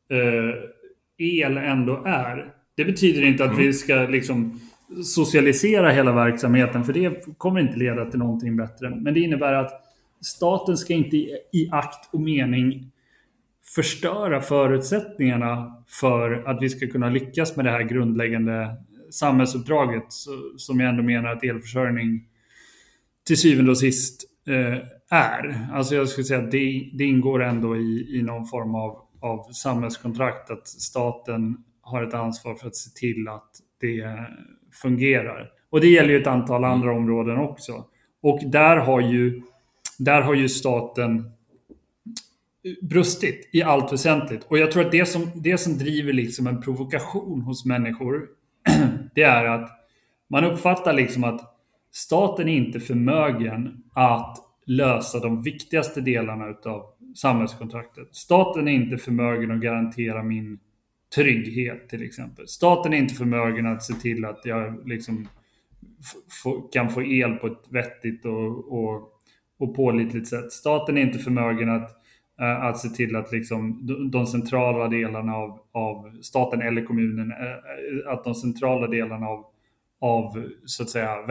el ändå är. Det betyder inte att vi ska liksom socialisera hela verksamheten, för det kommer inte leda till någonting bättre. Men det innebär att staten ska inte i akt och mening förstöra förutsättningarna för att vi ska kunna lyckas med det här grundläggande samhällsuppdraget, som jag ändå menar att elförsörjning till syvende och sist är. Alltså jag skulle säga att det ingår ändå i någon form av samhällskontrakt, att staten har ett ansvar för att se till att det fungerar. Och det gäller ju ett antal andra områden också. Och där har ju staten brustit i allt väsentligt. Och jag tror att det som driver liksom en provokation hos människor, det är att man uppfattar liksom att staten är inte förmögen att lösa de viktigaste delarna av samhällskontraktet. Staten är inte förmögen att garantera min trygghet till exempel. Staten är inte förmögen att se till att jag liksom kan få el på ett vettigt och pålitligt sätt. Staten är inte förmögen att se till att liksom de centrala delarna av staten eller kommunen, att de centrala delarna av så att säga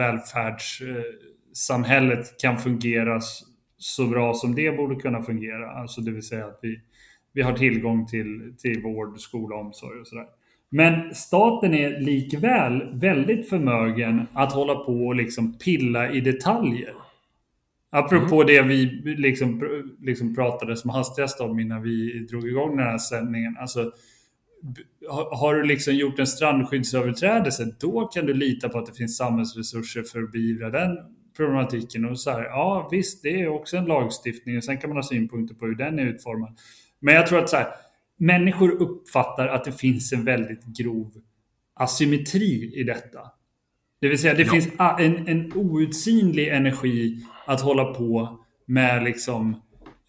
välfärdssamhället kan fungera så bra som det borde kunna fungera. Alltså det vill säga att vi har tillgång till vård, skola, omsorg och sådär. Men staten är likväl väldigt förmögen att hålla på och liksom pilla i detaljer. Apropå det vi liksom pratade som hastigast om innan vi drog igång den här sändningen. Alltså, har du liksom gjort en strandskyddsöverträdelse, då kan du lita på att det finns samhällsresurser för att beivra den problematiken. Och så här, ja visst, det är också en lagstiftning, och sen kan man ha synpunkter på hur den är utformad. Men jag tror att så här, människor uppfattar att det finns en väldigt grov asymmetri i detta. Det vill säga, det finns en outsinlig energi att hålla på med liksom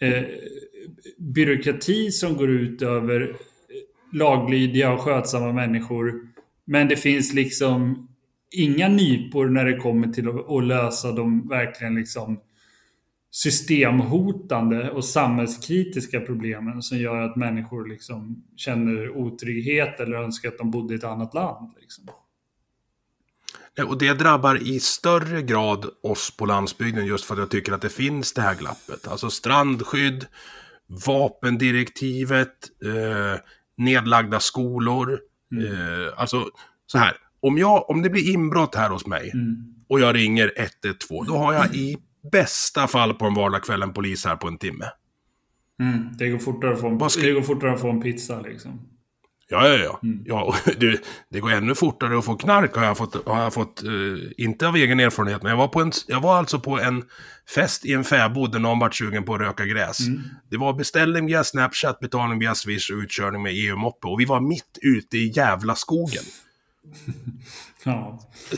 byråkrati som går ut över laglydiga och skötsamma människor. Men det finns liksom inga nypor när det kommer till att lösa de verkligen liksom systemhotande och samhällskritiska problemen som gör att människor liksom känner otrygghet eller önskar att de bodde i ett annat land liksom. Och det drabbar i större grad oss på landsbygden, just för att jag tycker att det finns det här glappet. Alltså strandskydd, vapendirektivet, nedlagda skolor. Alltså så här, om det blir inbrott här hos mig och jag ringer 112, då har jag i bästa fall på en vardagskväll en polis här på en timme. Det går fortare att få en pizza liksom. Ja. Ja, det går ännu fortare att få knark har jag fått inte av egen erfarenhet, men jag var alltså på en fest i en fäbod där någon var sugen på att röka gräs. Det var beställning via Snapchat, betalning via Swish och utkörning med EU-moppe, och vi var mitt ute i jävla skogen. Ja.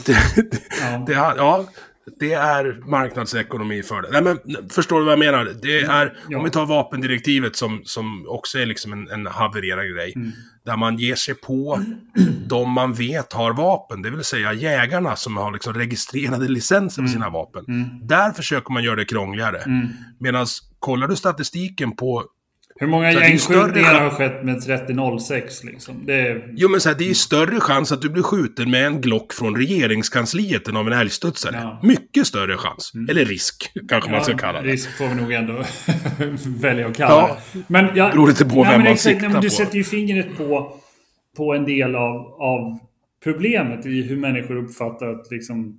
Det är marknadsekonomi för det. Nej, men förstår du vad jag menar? Det är, om vi tar vapendirektivet som också är liksom en havererad grej. Där man ger sig på de man vet har vapen. Det vill säga jägarna som har liksom registrerade licenser på sina vapen. Där försöker man göra det krångligare. Medan kollar du statistiken på... Hur många gängskjutningar har skett med 3006 liksom? Jo, men så här, det är ju större chans att du blir skjuten med en Glock från regeringskansliet än av en älgstudsare. Ja. Mycket större chans. Eller risk, kanske man ska kalla det. Risk får vi nog ändå välja att kalla det. Men beror lite på vem man siktar på. Du sätter ju fingret på en del av problemet i hur människor uppfattar att liksom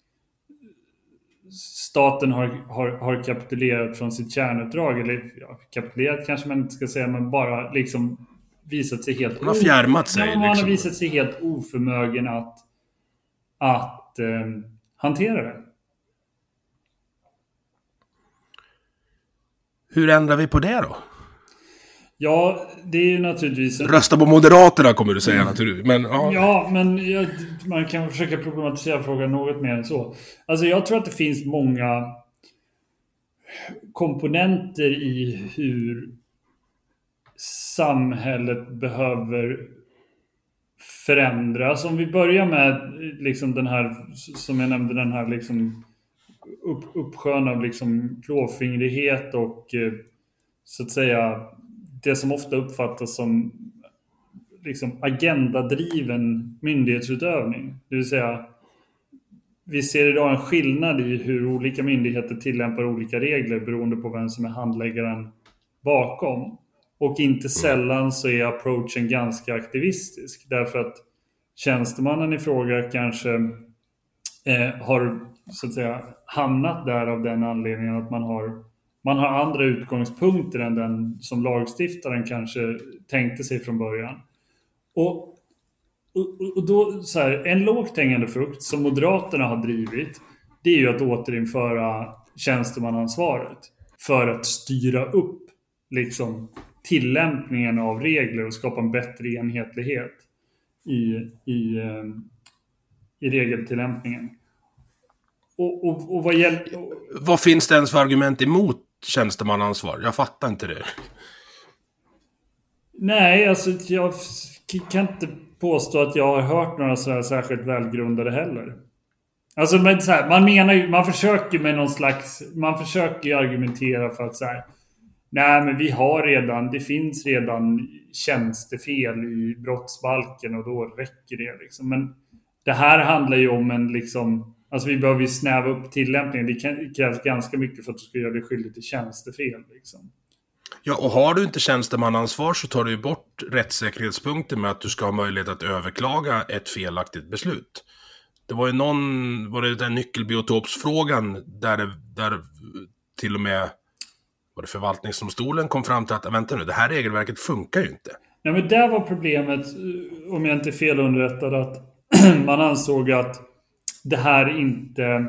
staten har kapitulerat från sitt kärnuppdrag, eller kapitulerat kanske man inte ska säga, men bara liksom visat sig helt... Man har fjärmat sig. Man har visat sig helt oförmögen att hantera det. Hur ändrar vi på det då? Ja, det är ju naturligtvis... Rösta på Moderaterna kommer du säga naturligtvis. Men, ja, men man kan försöka problematisera frågan något mer än så. Alltså jag tror att det finns många komponenter i hur samhället behöver förändras. Om vi börjar med liksom den här, som jag nämnde, den här liksom uppsjön av liksom klåfingrighet och så att säga det som ofta uppfattas som liksom agendadriven myndighetsutövning. Det vill säga, vi ser idag en skillnad i hur olika myndigheter tillämpar olika regler beroende på vem som är handläggaren bakom. Och inte sällan så är approachen ganska aktivistisk. Därför att tjänstemannen i fråga kanske har så att säga hamnat där av den anledningen att man har andra utgångspunkter än den som lagstiftaren kanske tänkte sig från början. Och då så här, en lågt hängande frukt som Moderaterna har drivit, det är ju att återinföra tjänstemannaansvaret för att styra upp liksom tillämpningen av regler och skapa en bättre enhetlighet i regeltillämpningen. Och vad finns det ens för argument emot tjänstemannaansvar? Jag fattar inte det. Nej, alltså jag kan inte påstå att jag har hört några sådär särskilt välgrundade heller. Alltså men så här, man försöker med någon slags, man försöker ju argumentera för att så här, nej men det finns redan tjänstefel i brottsbalken och då räcker det liksom. Men det här handlar ju om en liksom, alltså vi behöver ju snäva upp tillämpningen. Det krävs ganska mycket för att du ska göra dig skyldig till tjänstefel liksom. Ja, och har du inte tjänstemannaansvar så tar du ju bort rättssäkerhetspunkten med att du ska ha möjlighet att överklaga ett felaktigt beslut. Det var ju var det den nyckelbiotopsfrågan där till och med var det förvaltningsdomstolen kom fram till att vänta nu, det här regelverket funkar ju inte. Nej, men där var problemet, om jag inte är felunderrättad, att man ansåg att det här inte...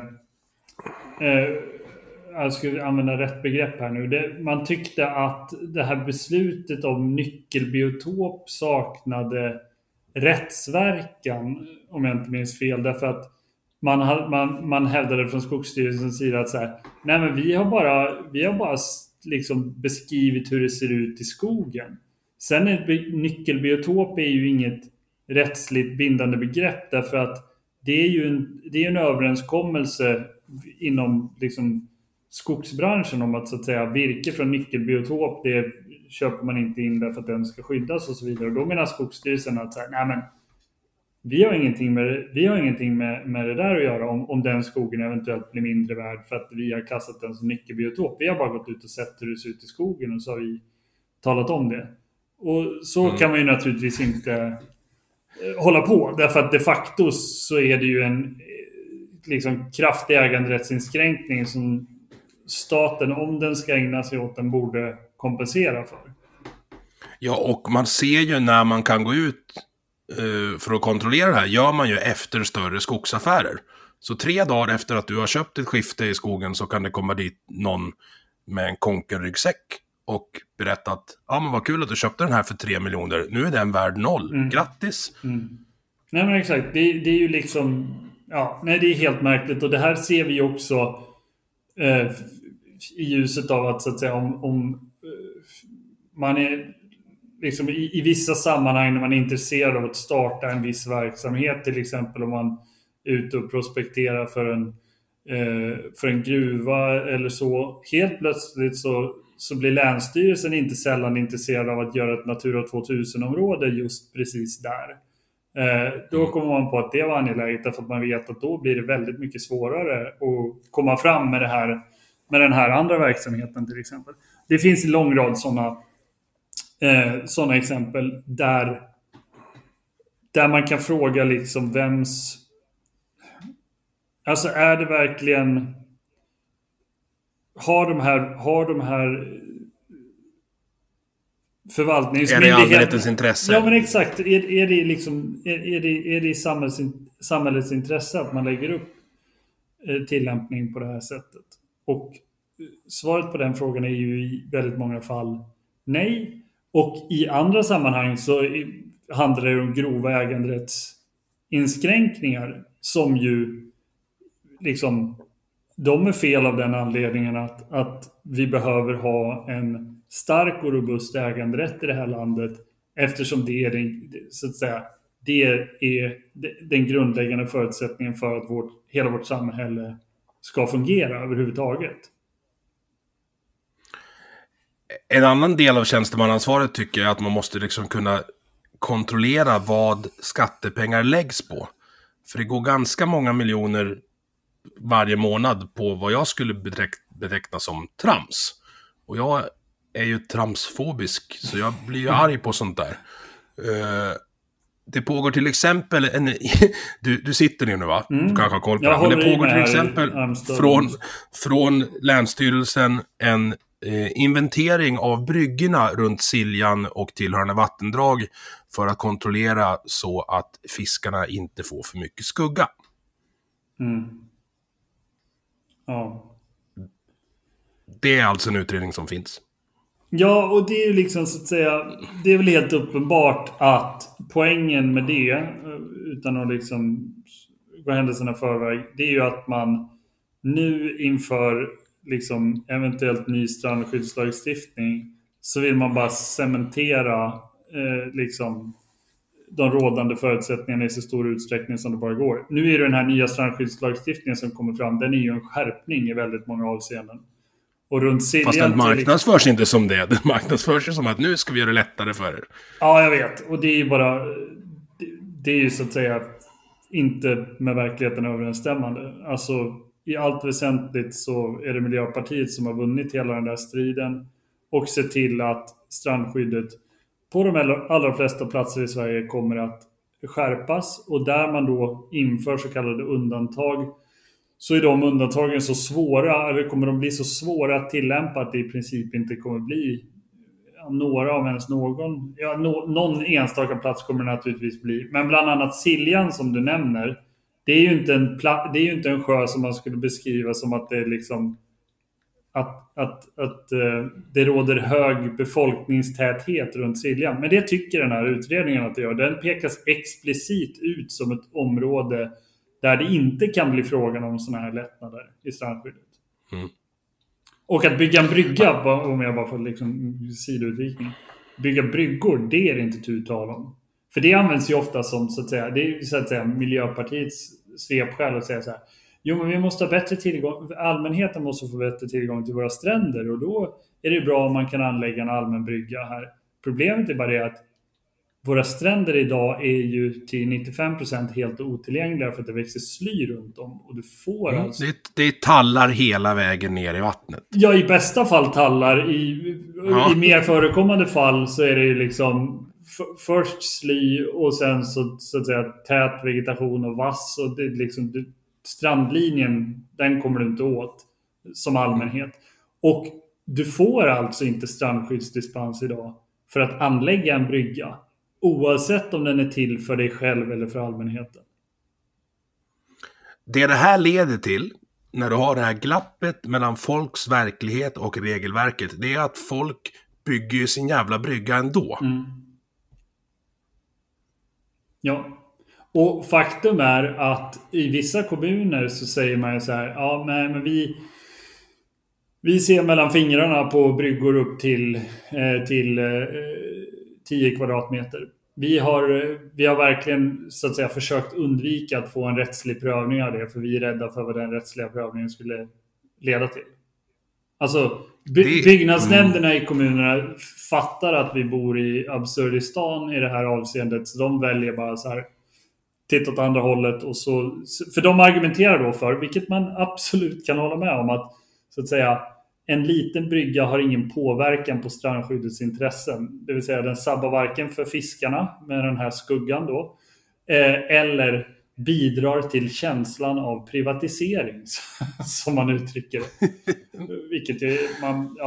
jag ska använda rätt begrepp här nu. Man tyckte att det här beslutet om nyckelbiotop saknade rättsverkan, om jag inte minns fel. Därför att man hävdade från Skogsstyrelsens sida att så här, nej men vi har bara liksom beskrivit hur det ser ut i skogen. Sen nyckelbiotop är ju inget rättsligt bindande begrepp, därför att det är ju en överenskommelse inom liksom skogsbranschen om att så att säga virke från nyckelbiotop, det köper man inte in därför att den ska skyddas och så vidare. Och då menar Skogsstyrelsen att så här, nej men vi har ingenting med det där att göra om den skogen eventuellt blir mindre värd för att vi har klassat den som nyckelbiotop. Vi har bara gått ut och sett hur det ser ut i skogen och så har vi talat om det. Och så kan man ju naturligtvis inte hålla på, därför att de facto så är det ju en liksom kraftig äganderättsinskränkning som staten, om den ska ägna sig åt den, borde kompensera för. Ja, och man ser ju när man kan gå ut för att kontrollera det här, gör man ju efter större skogsaffärer. Så 3 dagar efter att du har köpt ett skifte i skogen så kan det komma dit någon med en konkenryggsäck och berätta att men vad kul att du köpte den här för 3 miljoner. Nu är den värd 0. Grattis! Nej, men exakt. Det är ju liksom... Ja, nej, det är helt märkligt. Och det här ser vi också i ljuset av att, så att säga, om man är liksom i vissa sammanhang när man är intresserad av att starta en viss verksamhet, till exempel om man är ute och prospekterar för en gruva eller så, helt plötsligt så blir Länsstyrelsen inte sällan intresserad av att göra ett Natura 2000-område just precis där. Då kommer man på att det var angeläget, därför att man vet att då blir det väldigt mycket svårare att komma fram med den här andra verksamheten till exempel. Det finns en lång rad sådana exempel där man kan fråga liksom vems... Alltså är det verkligen... Har de här förvaltningsmyndigheterna... Är det allmänhetens intresse? Ja, men exakt. Är det liksom... Är det i samhällets intresse att man lägger upp tillämpning på det här sättet? Och svaret på den frågan är ju i väldigt många fall nej. Och i andra sammanhang så handlar det om grova äganderättsinskränkningar som ju liksom, de är fel av den anledningen att vi behöver ha en stark och robust äganderätt i det här landet, eftersom det är så att säga, det är den grundläggande förutsättningen för att hela vårt samhälle ska fungera överhuvudtaget. En annan del av tjänstemannaansvaret tycker jag att man måste liksom kunna kontrollera vad skattepengar läggs på. För det går ganska många miljoner varje månad på vad jag skulle beteckna som trams. Och jag är ju tramsfobisk, så jag blir ju arg på sånt där. Det pågår till exempel du sitter ner nu, va? Du kanske har koll på det. Men det pågår till exempel från Länsstyrelsen en inventering av bryggorna runt Siljan och tillhörande vattendrag för att kontrollera så att fiskarna inte får för mycket skugga. Ja. Det är alltså en utredning som finns. Ja, och det är ju liksom så att säga, det är väl helt uppenbart att poängen med det, utan att liksom gå händelserna förväg, det är ju att man nu inför liksom eventuellt ny strandskyddslagstiftning så vill man bara cementera liksom de rådande förutsättningarna i så stor utsträckning som det bara går. Nu är det den här nya strandskyddslagstiftningen som kommer fram, den är ju en skärpning i väldigt många avseenden. Och runt Siljan, fast den marknadsförs inte som det. Den marknadsförs som att nu ska vi göra det lättare för er. Ja, jag vet. Och det är ju bara... Det är ju så att säga inte med verkligheten överensstämmande. Alltså i allt väsentligt så är det Miljöpartiet som har vunnit hela den där striden och ser till att strandskyddet på de allra flesta platser i Sverige kommer att skärpas. Och där man då inför så kallade undantag, så är de undantagen så svåra, eller kommer de bli så svåra att tillämpa att det i princip inte kommer bli några av ens någon. Ja, någon enstaka plats kommer det naturligtvis bli. Men bland annat Siljan som du nämner, det är ju inte en sjö som man skulle beskriva som att det är liksom att det råder hög befolkningstäthet runt Siljan. Men det tycker den här utredningen att det gör. Den pekas explicit ut som ett område där det inte kan bli frågan om såna här lättnader i strandskyddet. Och att bygga en brygga, om jag bara får liksom sidoutvikning. Bygga bryggor, det är det inte tu tal om. För det används ju ofta som så att säga Miljöpartiets svepskäl att säga så här: jo, men vi måste ha bättre tillgång, allmänheten måste få bättre tillgång till våra stränder, och då är det bra om man kan anlägga en allmän brygga här. Problemet är bara det att våra stränder idag är ju till 95% helt otillgängliga för att det växer sly runt om. Och du får alltså... Det tallar hela vägen ner i vattnet. Ja, i bästa fall tallar. I mer förekommande fall så är det ju liksom först sly och sen så att säga tät vegetation och vass. Och det är liksom, strandlinjen, den kommer du inte åt som allmänhet. Och du får alltså inte strandskyddsdispens idag för att anlägga en brygga, oavsett om den är till för dig själv eller för allmänheten. Det här leder till, när du har det här glappet mellan folks verklighet och regelverket, det är att folk bygger ju sin jävla brygga ändå. Ja, och faktum är att i vissa kommuner så säger man ju så här, ja men vi ser mellan fingrarna på bryggor upp till 10 kvadratmeter. Vi har verkligen så att säga försökt undvika att få en rättslig prövning av det, för vi är rädda för vad den rättsliga prövningen skulle leda till. Alltså byggnadsnämnderna i kommunerna fattar att vi bor i Absurdistan i det här avseendet, så de väljer bara så här, titta åt andra hållet, och så, för de argumenterar då för, vilket man absolut kan hålla med om, att så att säga en liten brygga har ingen påverkan på strandskyddets intressen. Det vill säga den sabbar varken för fiskarna med den här skuggan då, eller bidrar till känslan av privatisering, som man uttrycker det. Vilket är,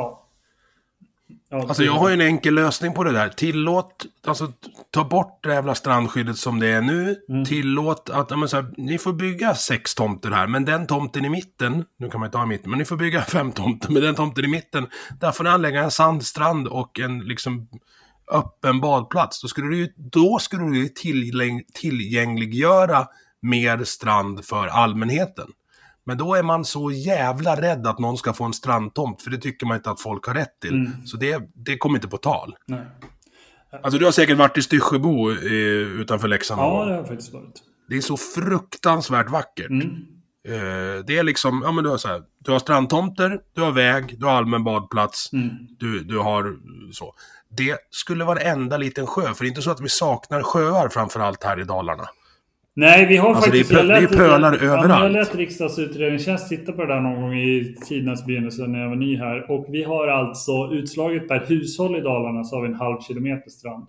alltså jag har ju en enkel lösning på det där. Tillåt, alltså ta bort det jävla strandskyddet som det är nu. Tillåt att, ni får bygga 6 tomter här, men den tomten i mitten, nu kan man inte ha i mitten, men ni får bygga 5 tomter, men den tomten i mitten, där får ni anlägga en sandstrand och en liksom öppen badplats. Då skulle du tillgängliggöra mer strand för allmänheten. Men då är man så jävla rädd att någon ska få en strandtomt, för det tycker man inte att folk har rätt till. Så det kommer inte på tal. Nej. Alltså du har säkert varit i Styrsjöbo utanför Leksand. Ja, det har faktiskt varit. Det är så fruktansvärt vackert. Det är liksom, ja men du har så här, du har strandtomter, du har väg, du har allmän badplats, du har så. Det skulle vara en enda liten sjö, för det är inte så att vi saknar sjöar framförallt här i Dalarna. Nej, vi har alltså faktiskt... Det är pölar överallt. Jag lät riksdagsutredningstjänst titta på det där någon gång i tidernas begynnelse när jag var ny här. Och vi har alltså utslaget per hushåll i Dalarna, så har vi 0,5 kilometer strand.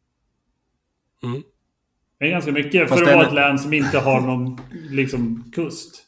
Det är ganska mycket för att vara ett län som inte har någon liksom kust.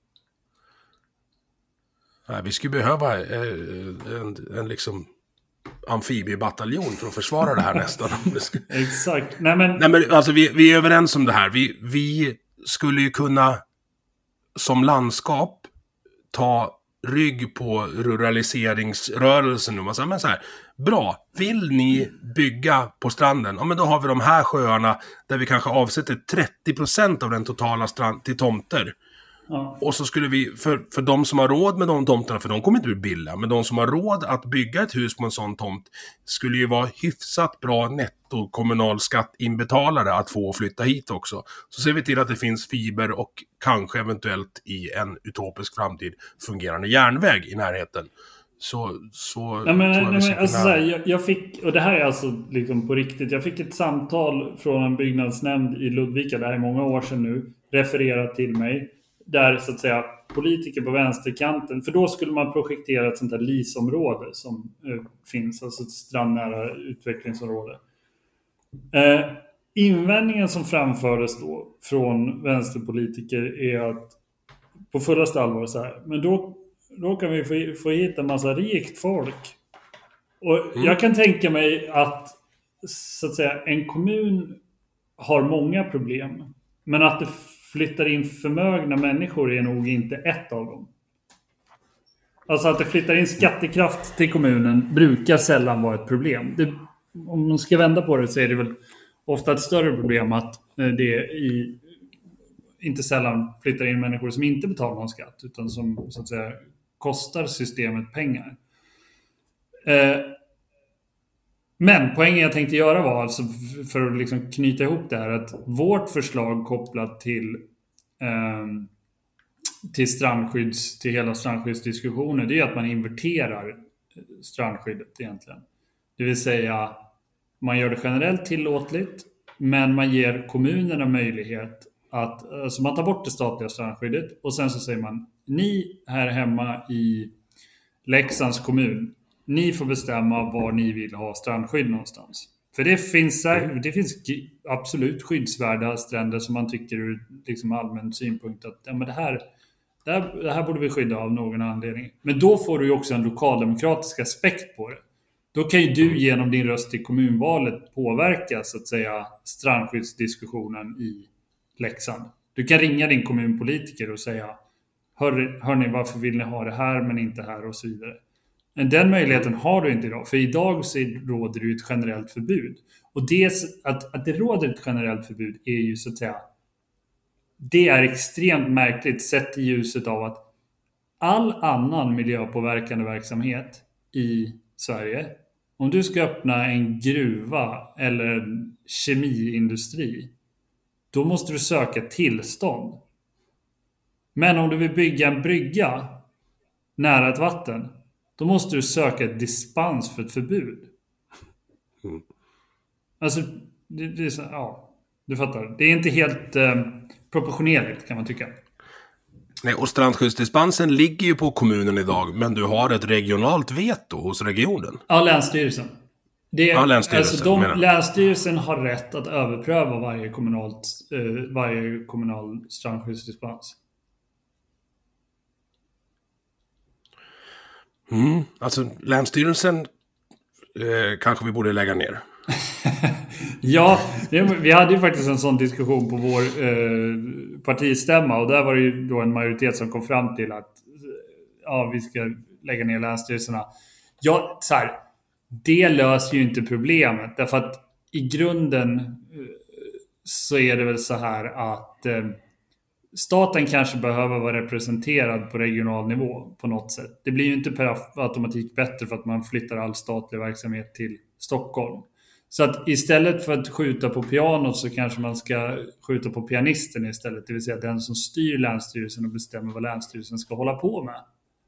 Nej, vi skulle behöva en liksom amfibiebataljon för att försvara det här nästan. Exakt. Nej men alltså vi är överens om det här. Vi skulle ju kunna som landskap ta rygg på ruraliseringsrörelsen nu. Man säger, men så här, bra, vill ni bygga på stranden? Ja, men då har vi de här sjöarna där vi kanske avsätter 30% av den totala strand till tomter. Ja. Och så skulle vi, för de som har råd med de tomterna, för de kommer inte bli billiga, men de som har råd att bygga ett hus på en sån tomt skulle ju vara hyfsat bra netto kommunalskatt inbetalare att få flytta hit också. Så ser vi till att det finns fiber och kanske eventuellt i en utopisk framtid fungerande järnväg i närheten. Jag fick, och det här är alltså liksom på riktigt, jag fick ett samtal från en byggnadsnämnd i Ludvika, det här är många år sedan nu, refererat till mig, där så att säga politiker på vänsterkanten, för då skulle man projektera ett sånt här LIS-område som finns, alltså ett strandnära utvecklingsområde. Invändningen som framfördes då från vänsterpolitiker är att på fullaste allvar så här, men då kan vi få hit en massa rikt folk. Och jag kan tänka mig att så att säga en kommun har många problem, men att det flyttar in förmögna människor är nog inte ett av dem. Alltså att det flyttar in skattekraft till kommunen brukar sällan vara ett problem. Om man ska vända på det så är det väl ofta ett större problem att det inte sällan flyttar in människor som inte betalar någon skatt, utan som så att säga kostar systemet pengar. Men poängen jag tänkte göra var alltså, för att liksom knyta ihop det här, att vårt förslag kopplat till till hela strandskyddsdiskussionen, det är att man inverterar strandskyddet egentligen. Det vill säga man gör det generellt tillåtligt, men man ger kommunerna möjlighet att, alltså man tar bort det statliga strandskyddet och sen så säger man, ni här hemma i Leksands kommun, ni får bestämma var ni vill ha strandskydd någonstans. För det finns absolut skyddsvärda stränder som man tycker ur liksom allmän synpunkt att ja, men det här Det här borde vi skydda av någon anledning. Men då får du ju också en lokaldemokratisk aspekt på det. Då kan ju du genom din röst i kommunvalet påverka, så att säga, strandskyddsdiskussionen i Leksand. Du kan ringa din kommunpolitiker och säga: Hörni, varför vill ni ha det här men inte här, och så vidare. Men den möjligheten har du inte idag. För idag så råder det ju ett generellt förbud. Och att det råder ett generellt förbud är ju, så att säga, det är extremt märkligt sett i ljuset av att all annan miljöpåverkande verksamhet i Sverige, om du ska öppna en gruva eller en kemiindustri, då måste du söka tillstånd. Men om du vill bygga en brygga nära ett vatten, då måste du söka ett dispens för ett förbud. Alltså, det är så, ja, du fattar. Det är inte helt proportionerligt, kan man tycka. Nej, och strandskyddsdispensen ligger ju på kommunen idag, men du har ett regionalt veto hos regionen. Ja, länsstyrelsen. Länsstyrelsen, länsstyrelsen har rätt att överpröva varje kommunal strandskyddsdispens. Alltså, länsstyrelsen kanske vi borde lägga ner. Ja, vi hade ju faktiskt en sån diskussion på vår partistämma, och där var det ju då en majoritet som kom fram till att vi ska lägga ner länsstyrelserna. Ja, så här, det löser ju inte problemet, därför att i grunden så är det väl så här att staten kanske behöver vara representerad på regional nivå på något sätt. Det blir ju inte per automatik bättre för att man flyttar all statlig verksamhet till Stockholm. Så att istället för att skjuta på pianot så kanske man ska skjuta på pianisten istället. Det vill säga den som styr länsstyrelsen och bestämmer vad länsstyrelsen ska hålla på med.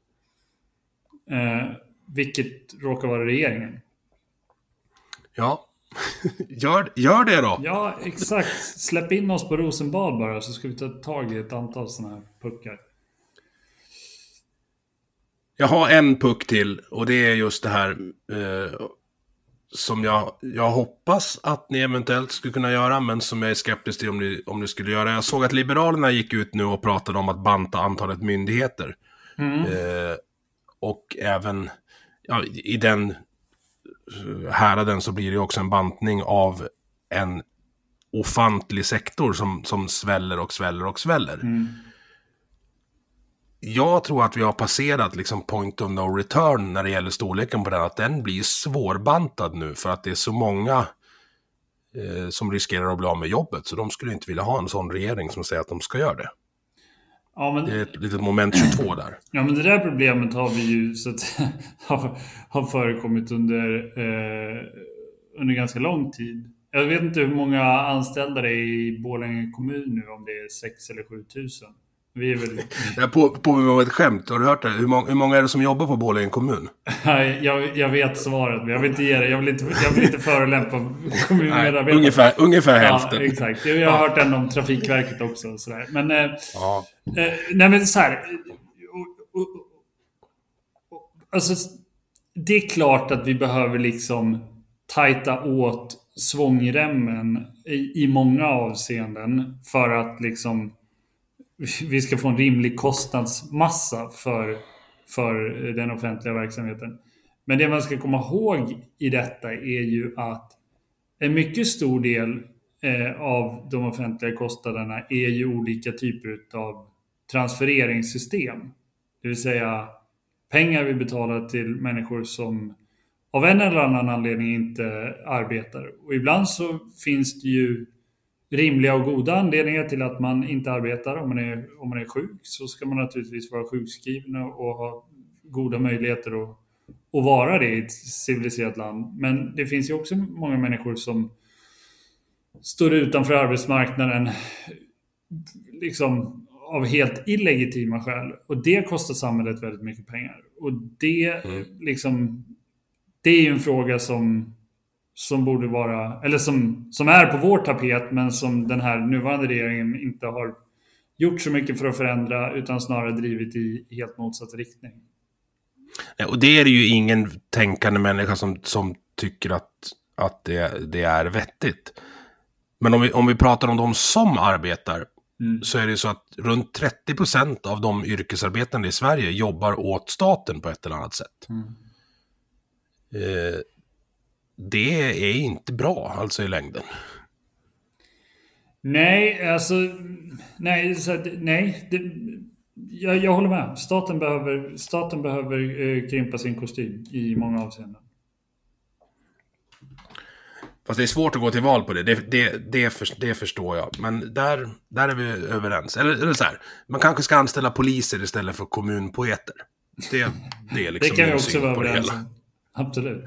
Vilket råkar vara regeringen. Ja, gör det då. Ja, exakt. Släpp in oss på Rosenbad bara, så ska vi ta tag i ett antal sådana här puckar. Jag har en puck till, och det är just det här som jag hoppas att ni eventuellt skulle kunna göra, men som jag är skeptisk till om ni skulle göra. Jag såg att Liberalerna gick ut nu och pratade om att banta antalet myndigheter. Och även i den häraden så blir det också en bantning av en ofantlig sektor som sväller och sväller och sväller. Jag tror att vi har passerat liksom point of no return när det gäller storleken på den, att den blir svårbantad nu för att det är så många som riskerar att bli av med jobbet, så de skulle inte vilja ha en sån regering som säger att de ska göra det. Ja, men det är ett litet moment 22 där. Ja, men det där problemet har vi ju så att, har förekommit under ganska lång tid. Jag vet inte hur många anställda det är i Borlänge kommun nu, om det är 6 eller 7 000. Vi är väl... Jag påminner ett skämt, har du hört det? Hur många är det som jobbar på Borlänge kommun? Jag vet svaret, men jag vill inte ge det. Jag vill inte förolämpa kommunen. Nej, ungefär hälften. Ja, exakt. Jag har hört den om Trafikverket också. Och sådär. Men, nej, men så här. Alltså, det är klart att vi behöver liksom tajta åt svångremmen i många avseenden för att liksom vi ska få en rimlig kostnadsmassa för den offentliga verksamheten. Men det man ska komma ihåg i detta är ju att en mycket stor del av de offentliga kostnaderna är ju olika typer av transfereringssystem. Det vill säga pengar vi betalar till människor som av en eller annan anledning inte arbetar. Och ibland så finns det ju rimliga och goda anledningar till att man inte arbetar. Om man är sjuk så ska man naturligtvis vara sjukskriven och ha goda möjligheter att vara det i ett civiliserat land. Men det finns ju också många människor som står utanför arbetsmarknaden liksom av helt illegitima skäl. Och det kostar samhället väldigt mycket pengar. Och det liksom, det är ju en fråga som borde vara, eller som är på vår tapet, men som den här nuvarande regeringen inte har gjort så mycket för att förändra, utan snarare drivit i helt motsatt riktning. Ja, och det är ju ingen tänkande människa som tycker att det är vettigt. Men om vi pratar om de som arbetar, så är det så att runt 30% av de yrkesarbetande i Sverige jobbar åt staten på ett eller annat sätt. Det är inte bra, alltså i längden. Nej, alltså... Jag håller med. Staten behöver krympa sin kostym i många avseenden. Fast det är svårt att gå till val på det. Det förstår jag. Men där är vi överens. Eller så här, man kanske ska anställa poliser istället för kommunpoeter. Det är liksom det kan vi också vara överens om. Absolut.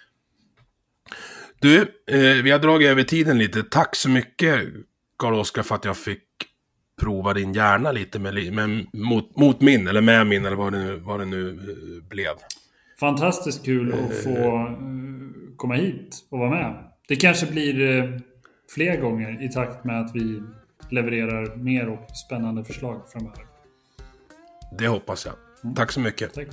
Du, vi har dragit över tiden lite. Tack så mycket, Karl-Oskar, för att jag fick prova din hjärna lite mot min, eller med min, eller vad det nu blev. Fantastiskt kul att få komma hit och vara med. Det kanske blir fler gånger i takt med att vi levererar mer och spännande förslag framöver. Det hoppas jag. Tack så mycket. Tack.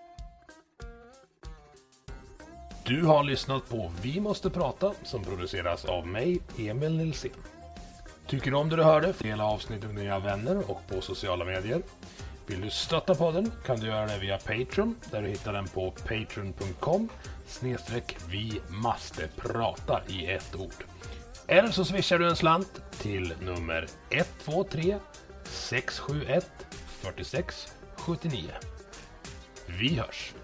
Du har lyssnat på Vi måste prata, som produceras av mig, Emil Nilsson. Tycker du om det du hörde? Dela avsnittet med dina vänner och på sociala medier. Vill du stötta podden kan du göra det via Patreon, där du hittar den på patreon.com/vi måste prata i ett ord. Eller så swishar du en slant till nummer 123 671 46 79. Vi hörs!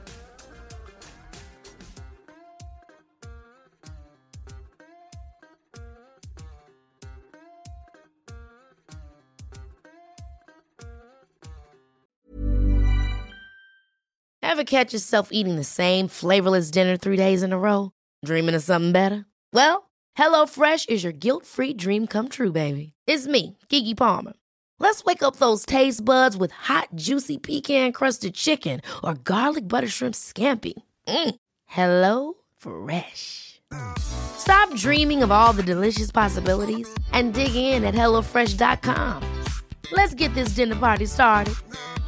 Ever catch yourself eating the same flavorless dinner 3 days in a row? Dreaming of something better? Well, HelloFresh is your guilt-free dream come true, baby. It's me, Keke Palmer. Let's wake up those taste buds with hot, juicy pecan-crusted chicken or garlic butter shrimp scampi. Hello Fresh. Stop dreaming of all the delicious possibilities and dig in at HelloFresh.com. Let's get this dinner party started.